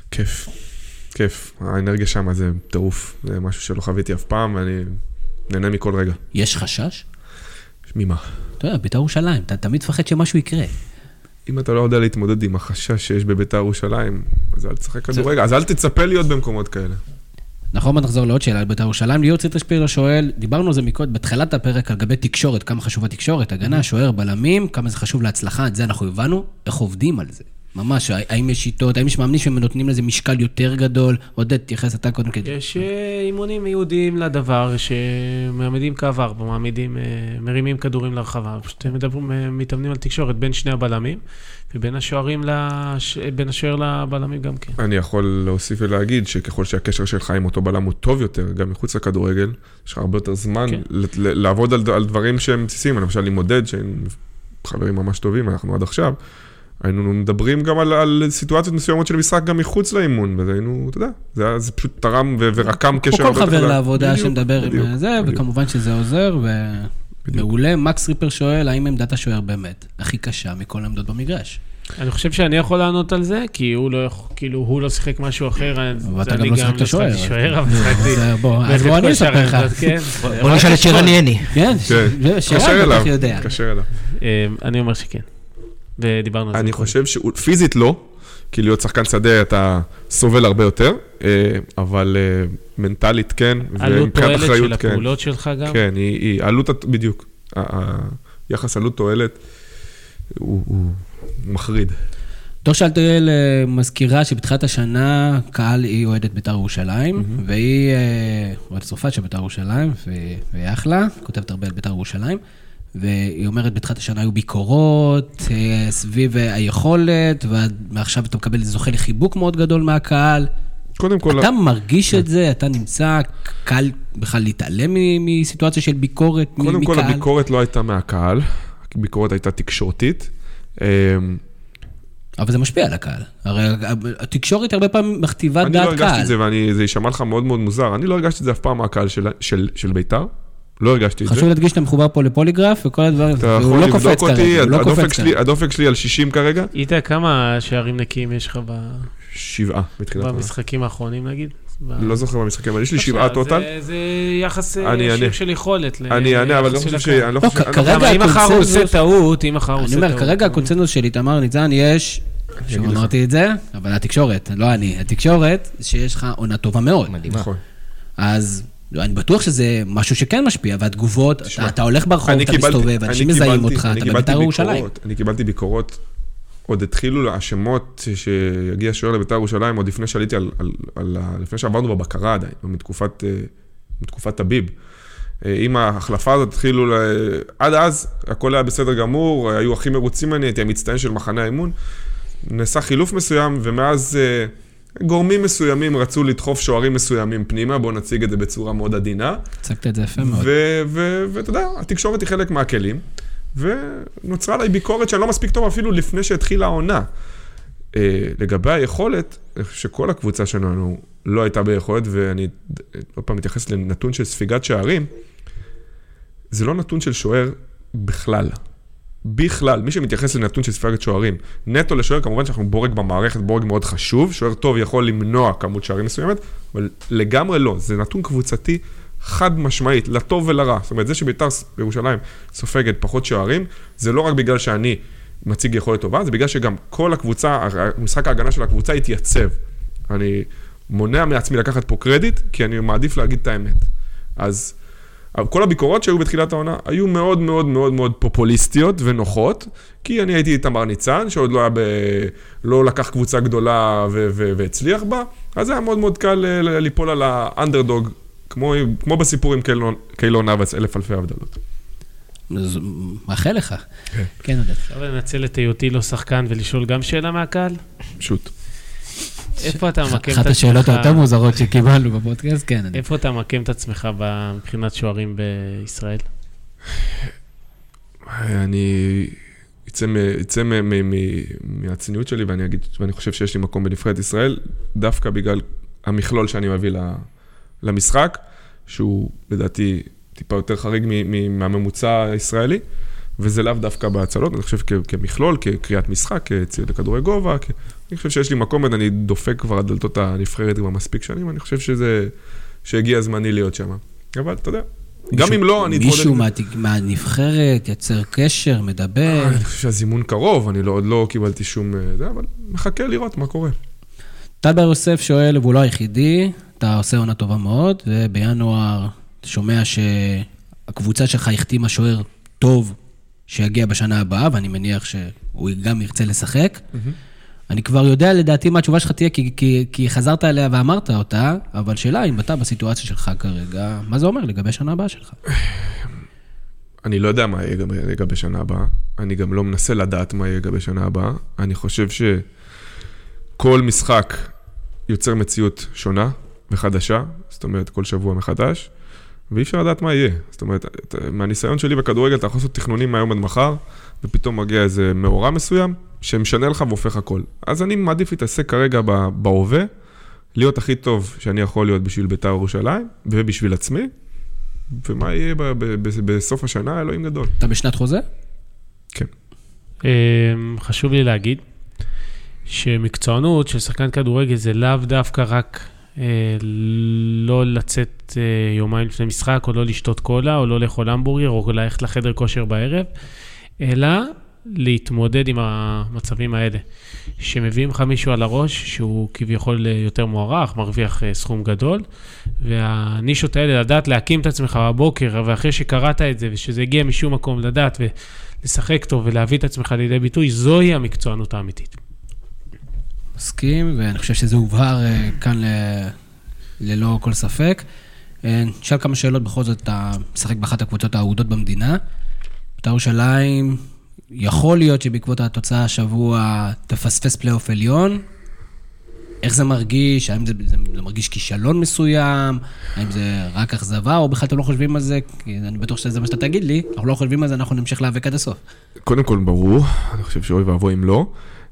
D: כיף. האנרגיה שם זה טירוף. זה משהו שלא חוויתי אף פעם, ואני נהנה מכל רגע.
A: יש חשש?
D: ממה?
A: אתה יודע, בית"ר ירושלים, אתה תמיד תפחד שמשהו יקרה.
D: אם אתה לא יודע להתמודד עם החשש שיש בבית"ר ירושלים, אז אל תשחק כדורגל, אז אל תצפה להיות במקומות כאלה.
A: נכון, נחזור לעוד שאלה על בית"ר ירושלים. ליאור ציטרשפיגלר שואל, דיברנו על זה מקודם, בתחילת הפרק על גבי תקשורת, כמה חשובה תקשורת, הגנה, שוער, בלמים, כמה זה חשוב להצלחה, את זה אנחנו הבנו, איך עובדים על זה. ממש, האם יש שיטות, האם יש מאמנים שנותנים לזה משקל יותר גדול? עודד, תייחס אתה קודם כדי.
C: יש אימונים ייעודיים לדבר, שמעמידים קו 4, מרימים כדורים לרחבה, פשוט מתאמנים על תקשורת בין שני הבלמים, ובין השוער לבלמים גם כן.
D: אני יכול להוסיף ולהגיד שככל שהקשר שלך עם אותו בלם הוא טוב יותר, גם מחוץ לכדורגל, יש לך הרבה יותר זמן לעבוד על דברים שהם בסיסיים, למשל עם עודד, שהם חברים ממש טובים, אנחנו עד עכשיו, היינו מדברים גם על סיטואציות מסוימות של משחק גם מחוץ לאימון, והיינו, אתה יודע, זה פשוט תרם ורקם קשר.
A: כל חבר לעבודה שמדבר עם זה, וכמובן שזה עוזר, ומעולה. מקס ריפר שואל, האם עמדת השוער באמת הכי קשה מכל העמדות במגרש?
C: אני חושב שאני יכול לענות על זה, כי הוא לא שיחק משהו אחר,
A: ואתה גם לא שיחק את השוער.
C: אז בוא אני אספר לך.
E: בוא נשאל את שירנייני.
A: כן, שירן בטח יודע.
D: קשר אליו.
C: אני אומר שכן. ודיברנו על זה.
D: אני חושב שפיזית לא, כי להיות שחקן שדה אתה סובל הרבה יותר, אבל מנטלית כן,
C: עלות תועלת של הפעולות שלך גם?
D: כן, היא עלות, בדיוק, היחס עלות תועלת הוא מחריד.
A: דור שאלתיאל מזכירה שבתחילת השנה קהל היא אוהדת בית"ר ירושלים, והיא אוהדת צרפת של בית"ר ירושלים, והיא אחלה, כותבת הרבה על בית"ר ירושלים, והיא אומרת, בתחילת השנה היו ביקורות סביב היכולת, ועכשיו אתה מקבל זוכה לחיבוק מאוד גדול מהקהל.
D: קודם כל...
A: אתה מרגיש את זה, אתה נמצא, קהל בכלל להתעלם מסיטואציה של ביקורת מקהל?
D: קודם כל הביקורת לא הייתה מהקהל, הביקורת הייתה תקשורתית.
A: אבל זה משפיע על הקהל. הרי התקשורת הרבה פעמים מכתיבה דעת קהל.
D: אני לא הרגשתי את זה, וזה יישמע לך מאוד מאוד מוזר. אני לא הרגשתי את זה אף פעם מהקהל של בית"ר. לא הרגשתי את זה.
A: חשוב להדגיש שאתה מחובר פה לפוליגרף וכל הדברים.
D: אתה יכול לבדוק אותי, הדופק שלי על 60 כרגע.
C: איתה, כמה שערים נקיים יש לך
D: 7 בתחילת.
C: במשחקים האחרונים נגיד?
D: לא זוכר במשחקים, אבל יש לי 7 טוטל.
C: זה יחס של יכולת.
D: אני אענה, אבל לא חושב ש...
C: אם מחר הוא עושה טעות, אני
A: אומר, כרגע הקונצנזוס שלי, תמר ניצן, יש, שאמרתי את זה, אבל התקשורת, לא אני, התקשורת, שיש לך עונה טובה מאוד.
D: נכון.
A: אז... אני בטוח שזה משהו שכן משפיע, והתגובות, אתה הולך ברחוב, אתה מסתובב, אנשים מזהים אותך, אתה בבית"ר ירושלים.
D: אני קיבלתי ביקורות, עוד התחילו השמות שיגיע שוער לבית"ר ירושלים, עוד לפני שעליתי לפני שעברנו בבקרה עדיין, מתקופת טביב. עם ההחלפה הזאת התחילו, עד אז הכל היה בסדר גמור, היו הכי מרוצים ממני, הייתי המצטיין של מחנה האימון, נעשה חילוף מסוים, ומאז... גורמים מסוימים רצו לדחוף שוערים מסוימים פנימה, בואו נציג את זה בצורה מאוד עדינה.
A: הצגת את זה יפה מאוד.
D: ואתה יודע, התקשורת היא חלק מהכלים, ונוצרה עליי ביקורת שאני לא מספיק טוב אפילו לפני שהתחילה העונה. לגבי היכולת, אני חושב שכל הקבוצה שלנו לא הייתה ביכולת, ואני עוד פעם מתייחס לנתון של ספיגת שערים, זה לא נתון של שוער בכלל. בכלל, מי שמתייחס לנתון של ספיגת שוערים, נטו לשוער, כמובן שאנחנו בורג במערכת, בורג מאוד חשוב, שוער טוב יכול למנוע כמות שערים מסוימת, אבל לגמרי לא, זה נתון קבוצתי חד משמעית, לטוב ולרע. זאת אומרת, זה שבית"ר בירושלים סופגת פחות שערים, זה לא רק בגלל שאני מציג יכולת טובה, זה בגלל שגם כל הקבוצה, משחק ההגנה של הקבוצה התייצב. אני מונע מעצמי לקחת פה קרדיט, כי אני מעדיף להגיד את האמת. אז כל הביקורות שהיו בתחילת העונה, היו מאוד מאוד מאוד מאוד פופוליסטיות ונוחות, כי אני הייתי תמר ניצן, שעוד לא היה לא לקח קבוצה גדולה והצליח בה, אז היה מאוד מאוד קל ליפול על האנדרדוג, כמו בסיפור עם קיילון נאבץ, 1,000 הבדלות.
A: אז מאחל לך. כן, עודד.
C: אפשר לנצל את היותי לא שחקן ולשאול גם שאלה מהקהל?
D: פשוט.
C: איפה אתה מקם את עצמך?
A: אחת השאלות היותר מוזרות שקיבלנו בפודקאסט, כן.
C: איפה אתה מקם את עצמך מבחינת שוערים בישראל?
D: אני אצא מהצניעות שלי ואני אגיד, ואני חושב שיש לי מקום בנבחרת ישראל, דווקא בגלל המכלול שאני מביא למשחק, שהוא לדעתי טיפה יותר חריג מהממוצע הישראלי, וזה לאו דווקא בהצלות, אני חושב כמכלול, כקריאת משחק, כציוד לכדורי גובה, אני חושב שיש לי מקום, אני דופק כבר על דלתות הנבחרת כבר מספיק שנים, אני חושב שהגיע הזמני להיות שם. אבל אתה יודע, גם אם לא, אני אתמודד...
A: מישהו מהנבחרת יצר קשר, מדבר...
D: אני חושב שהזימון קרוב, אני עוד לא קיבלתי שום... אבל מחכה לראות מה קורה.
A: טל בר יוסף שואל, והוא לא היחידי, אתה עושה עונה טובה מאוד, ובינואר אתה שומע שהקבוצה שלך החתימה שוער טוב שיגיע בשנה הבאה, ואני מניח שהוא גם ירצה לשחק. אני כבר יודע לדעתי מה התשובה שלך תהיה, כי חזרת אליה ואמרת אותה, אבל שאלה אם אתה בסיטואציה שלך כרגע, מה זה אומר לגבי שנה הבאה שלך?
D: אני לא יודע מה יהיה לגבי שנה הבאה, אני גם לא מנסה לדעת מה יהיה לגבי שנה הבאה, אני חושב שכל משחק יוצר מציאות שונה וחדשה, זאת אומרת כל שבוע מחדש, ואי אפשר לדעת מה יהיה. זאת אומרת, מהניסיון שלי בכדורגל, אתה יכול לעשות תכנונים מהיום עד מחר, ופתאום מגיע איזה מאורע מסוים, שמשנה לך והופך הכל. אז אני מעדיף להתעסק כרגע בהווה, להיות הכי טוב שאני יכול להיות בשביל בית"ר ירושלים, ובשביל עצמי, ומה יהיה בסוף השנה, אלוהים גדול.
A: אתה בשנת חוזה?
D: כן.
C: חשוב לי להגיד, שמקצוענות של שחקן כדורגל זה לאו דווקא רק לא לצאת יומיים לפני משחק, או לא לשתות קולה, או לא לאכול המבורגר, או ללכת לחדר כושר בערב, אלא להתמודד עם המצבים האלה. שמביאים לך מישהו על הראש, שהוא כביכול יותר מוערך, מרוויח סכום גדול, והנישות האלה, לדעת להקים את עצמך בבוקר, ואחרי שקראת את זה, ושזה הגיע משום מקום, לדעת ולשחק טוב, ולהביא את עצמך לידי ביטוי, זוהי המקצוענות האמיתית.
A: מסכים, ואני חושב שזה הובהר כאן ללא כל ספק. נשאל כמה שאלות, בכל זאת אתה משחק באחת הקבוצות האהודות במדינה. בית"ר ירושלים, יכול להיות שבעקבות התוצאה השבוע תפספס פלייאוף עליון. איך זה מרגיש? האם זה מרגיש כישלון מסוים? האם זה רק אכזבה, או בכלל אתם לא חושבים על זה? כי אני בטוח שזה מה שאתה תגיד לי. אנחנו לא חושבים על זה, אנחנו נמשיך להיאבק עד הסוף.
D: קודם כל ברור, אני חושב שאוי ואבוי אם לא.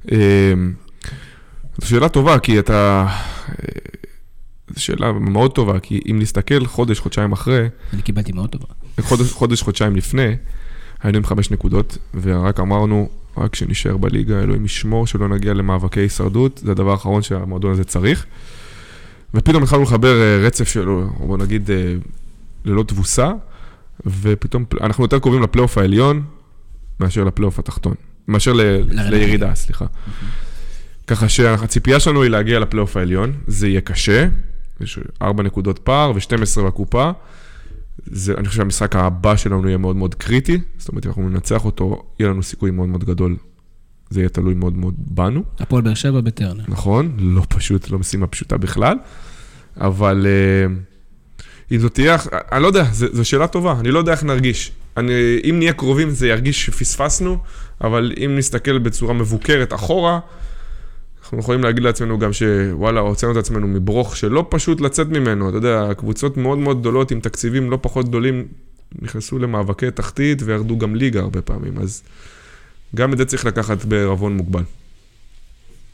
D: זו שאלה טובה, כי זו שאלה מאוד טובה, כי אם נסתכל חודש-חודשיים אחרי...
A: אני קיבלתי מאוד טובה.
D: חודש-חודשיים לפני, היינו עם 5 נקודות, ורק אמרנו, רק שנשאר בליגה, אלוהים ישמור, שלא נגיע למאבקי הישרדות, זה הדבר האחרון שהמועדון הזה צריך. ופתאום התחלנו לחבר רצף שלו, או בוא נגיד, ללא תבוסה, ופתאום אנחנו יותר קרובים לפלייאוף העליון, מאשר לפלייאוף התחתון. מאשר לירידה, סליחה. ככה שהציפייה שלנו היא להגיע לפלייאוף העליון, זה יהיה קשה, יש 4 נקודות פער ו12 בקופה, אני חושב שהמשחק הבא שלנו יהיה מאוד מאוד קריטי, זאת אומרת, אם אנחנו ננצח אותו, יהיה לנו סיכוי מאוד מאוד גדול, זה יהיה תלוי מאוד מאוד בנו.
A: הפועל באר שבע בטרנר.
D: נכון, לא פשוט, לא משימה פשוטה בכלל, אבל אם זאת תהיה, אני לא יודע, זו שאלה טובה, אני לא יודע איך נרגיש. אם נהיה קרובים זה ירגיש שפספסנו, אבל אם נסתכל בצורה מבוקרת אחורה, אנחנו יכולים להגיד לעצמנו גם שוואלה, הוצאנו את עצמנו מברוך שלא פשוט לצאת ממנו. אתה יודע, קבוצות מאוד מאוד גדולות עם תקציבים לא פחות גדולים נכנסו למאבקי תחתית וירדו גם ליגה הרבה פעמים. אז גם את זה צריך לקחת בערבון מוגבל.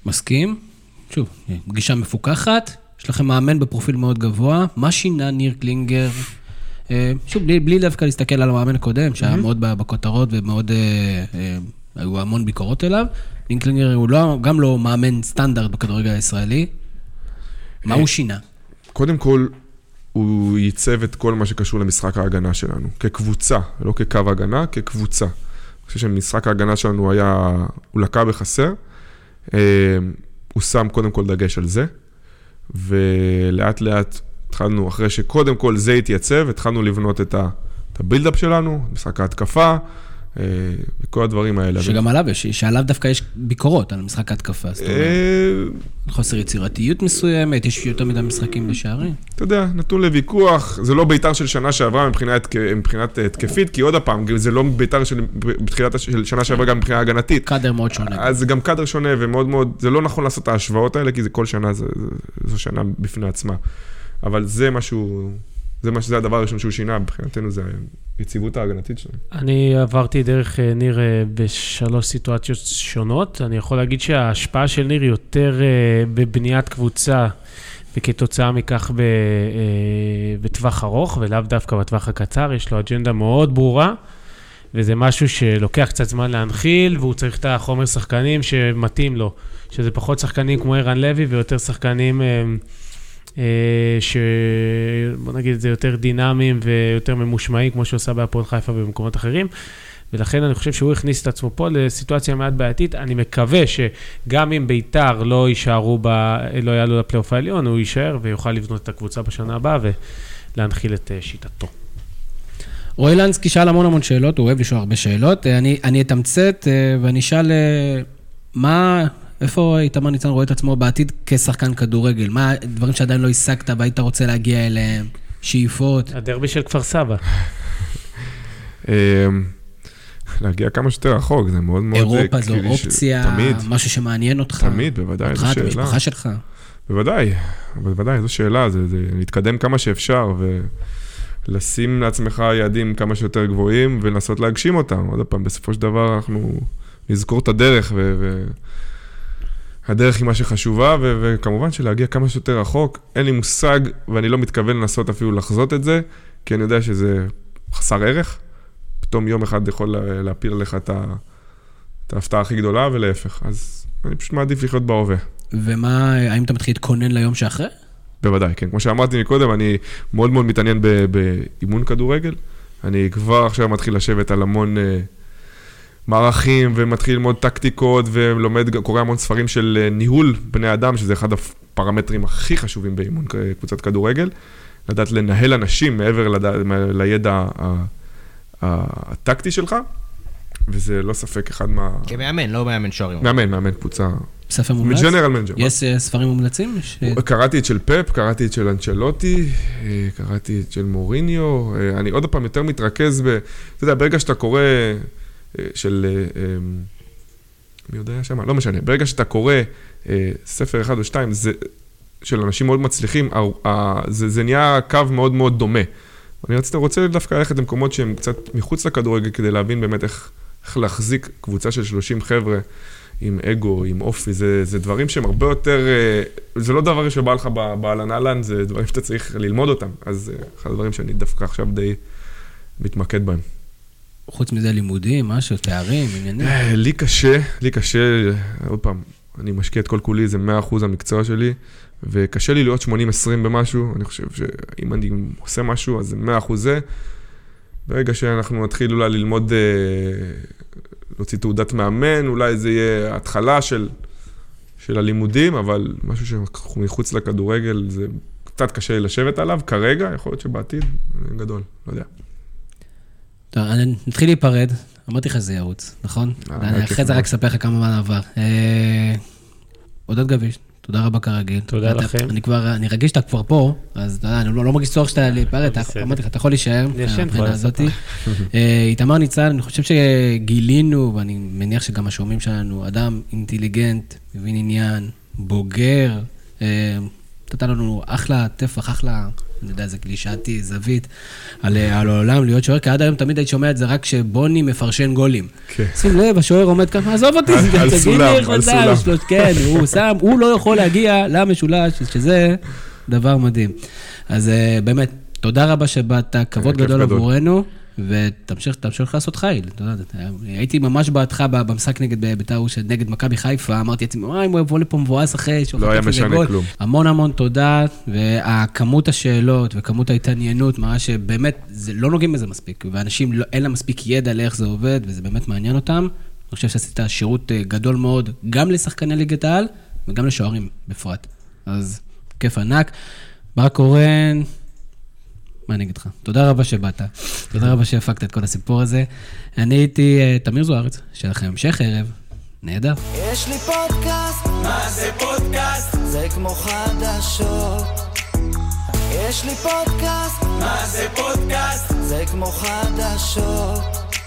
A: מסכים. שוב, גישה מפוקחת, יש לכם מאמן בפרופיל מאוד גבוה. מה שינה ניר קלינגר? שוב, בלי דווקא להסתכל על המאמן הקודם, שהיה מאוד בכותרות ומאוד, היו המון ביקורות אליו. ניר קלינגר הוא גם לא מאמן סטנדרט בכדורגל הישראלי. מה הוא שינה?
D: קודם כל, הוא ייצב את כל מה שקשור למשחק ההגנה שלנו, כקבוצה, לא כקו הגנה, כקבוצה. אני חושב שמשחק ההגנה שלנו הוא לקה בחסר, הוא שם קודם כל דגש על זה, ולאט לאט התחלנו, אחרי שקודם כל זה התייצב, התחלנו לבנות את הבילדאפ שלנו, משחק ההתקפה, וכל הדברים האלה.
A: שגם עליו שעליו דווקא יש ביקורות על משחק ההתקפה. חוסר יצירתיות מסוימת, יש יותר מדי משחקים בשערים.
D: אתה יודע, נתון לוויכוח, זה לא ביתר של שנה שעברה מבחינת התקפית, כי עוד הפעם, זה לא ביתר של שנה שעברה גם מבחינה הגנתית.
A: קאדר מאוד שונה.
D: אז זה גם קאדר שונה, ומאוד מאוד, זה לא נכון לעשות את ההשוואות האלה, כי זה כל שנה, זו שנה בפני עצמה. אבל זה משהו, זה הדבר הראשון שהוא שינה, מבחינתנו זה היציבות ההגנתית שלנו.
C: אני עברתי דרך ניר בשלוש סיטואציות שונות. אני יכול להגיד שההשפעה של ניר יותר בבניית קבוצה, וכתוצאה מכך בטווח ארוך, ולאו דווקא בטווח הקצר. יש לו אג'נדה מאוד ברורה, וזה משהו שלוקח קצת זמן להנחיל, והוא צריך את החומר שחקנים שמתאים לו, שזה פחות שחקנים כמו ערן לוי, ויותר שחקנים שבוא נגיד את זה יותר דינמיים ויותר ממושמעים, כמו שעושה בהפועל חיפה ובמקומות אחרים, ולכן אני חושב שהוא הכניס את עצמו פה לסיטואציה מעט בעייתית. אני מקווה שגם אם ביתר לא יעלו לפלייאוף העליון, הוא יישאר ויוכל לבנות את הקבוצה בשנה הבאה ולהנחיל את שיטתו.
A: רועי לנסקי שאל המון שאלות, הוא אוהב לשאול הרבה שאלות. אני אתמצת ואני אשאל איפה איתמר ניצן רואה את עצמו בעתיד כשחקן כדורגל? מה דברים שעדיין לא השגת והיית רוצה להגיע אליהם? שאיפות?
C: הדרבי של כפר סבא.
D: להגיע כמה שיותר רחוק, זה מאוד מאוד...
A: אירופה זו אופציה, משהו שמעניין אותך.
D: תמיד, בוודאי, זו שאלה.
A: אותך, את המשפחה שלך.
D: בוודאי, זו שאלה, זה להתקדם כמה שאפשר, ולשים לעצמך יעדים כמה שיותר גבוהים, ולנסות להגשים אותם. עוד פעם, בסופו של דבר אנחנו נזכור את הדרך, הדרך היא מה שחשובה, וכמובן שלהגיע כמה שיותר רחוק, אין לי מושג, ואני לא מתכוון לנסות אפילו לחזות את זה, כי אני יודע שזה חסר ערך, פתאום יום אחד יכול להפיל לך את ההפתעה הכי גדולה, ולהפך. אז אני פשוט מעדיף לחיות בהווה.
A: ומה, האם אתה מתחיל להתכונן ליום שאחרי?
D: בוודאי, כן. כמו שאמרתי מקודם, אני מאוד מאוד מתעניין באימון כדורגל. אני כבר עכשיו מתחיל לשבת על המון מערכים, ומתחיל ללמוד טקטיקות, ולומד, קורא המון ספרים של ניהול בני אדם, שזה אחד הפרמטרים הכי חשובים באימון קבוצת כדורגל. לדעת לנהל אנשים מעבר לידע הטקטי שלך, וזה לא ספק אחד
E: כמאמן, לא מאמן שוערים.
D: מאמן קבוצה.
A: ספר מומלץ?
D: מג'נרל מנג'ר.
A: יש ספרים מומלצים?
D: קראתי את של פפ, קראתי את של אנצ'לוטי, קראתי את של מוריניו. אני עוד פעם יותר מתרכז אתה יודע, ברגע שאתה קורא של... מי יודע שמה? לא משנה. ברגע שאתה קורא ספר אחד או שתיים, של אנשים מאוד מצליחים, זה נהיה קו מאוד מאוד דומה. אני רוצה דווקא ללכת למקומות שהם קצת מחוץ לכדורגל, כדי להבין באמת איך להחזיק קבוצה של 30 חבר'ה עם אגו, עם אופי. זה דברים שהם הרבה יותר, זה לא דבר שבא לך באלן אלן, זה דברים שאתה צריך ללמוד אותם. אז אחד הדברים שאני דווקא עכשיו די מתמקד בהם.
A: חוץ מזה לימודים, משהו, תארים, עניינים?
D: לי קשה, עוד פעם, אני משקיע את כל כולי, זה 100% המקצוע שלי, וקשה לי להיות 80-20 במשהו. אני חושב שאם אני עושה משהו, אז זה 100% זה. ברגע שאנחנו נתחיל אולי ללמוד, להוציא תעודת מאמן, אולי זה יהיה התחלה של הלימודים, אבל משהו שאנחנו מחוץ לכדורגל, זה קצת קשה לי לשבת עליו. כרגע, יכול להיות שבעתיד, גדול, לא יודע.
A: טוב, נתחיל להיפרד. אמרתי לך שזה ירוץ, נכון? אחרי זה רק אספר לך כמה מה עבר. עודד גביש, תודה רבה כרגיל.
C: תודה לכם.
A: אני רגיש שאתה כבר פה, אז אני לא מרגיש צורך שאתה להיפרד, אמרתי לך, אתה יכול להישאר מהבחינה הזאת. איתמר ניצן, אני חושב שגילינו, ואני מניח שגם השומעים שלנו, אדם אינטליגנט, מבין עניין, בוגר, נתת לנו אחלה טפח, אחלה אני יודע, זה קלישאתי, זווית, על העולם להיות שוער, כי עד היום תמיד הייתי שומע את זה רק שבוני מפרשן גולים. שים לב, השוער עומד ככה, עזוב אותי,
D: על סולם, על סולם.
A: כן, הוא לא יכול להגיע למשולש, שזה דבר מדהים. אז באמת, תודה רבה שבאת, כבוד גדול עבורנו, ותמשיך לעשות חיל. הייתי ממש בעדך במשחק נגד בית"ר, נגד מכבי חיפה, אמרתי לעצמי, אם הוא יבוא לפה מבואס אחרי,
D: לא היה משנה כלום.
A: המון תודה, והכמות השאלות וכמות ההתעניינות, מראה שבאמת לא נוגעים בזה מספיק, ואנשים אין לה מספיק ידע לאיך זה עובד, וזה באמת מעניין אותם. אני חושב שעשית שירות גדול מאוד, גם לשחקני ליגת העל, וגם לשוערים בפרט. אז כיף ענק. ברק קורן, מה אני אגיד לך? תודה רבה שבאת. תודה רבה שהפקת את כל הסיפור הזה. אני הייתי תמיר זוארץ, שיהיה לכם המשך ערב. נהדר.
B: יש לי פודקאסט, מה זה פודקאסט? זה כמו חדשות. יש לי פודקאסט, מה זה פודקאסט? זה כמו חדשות.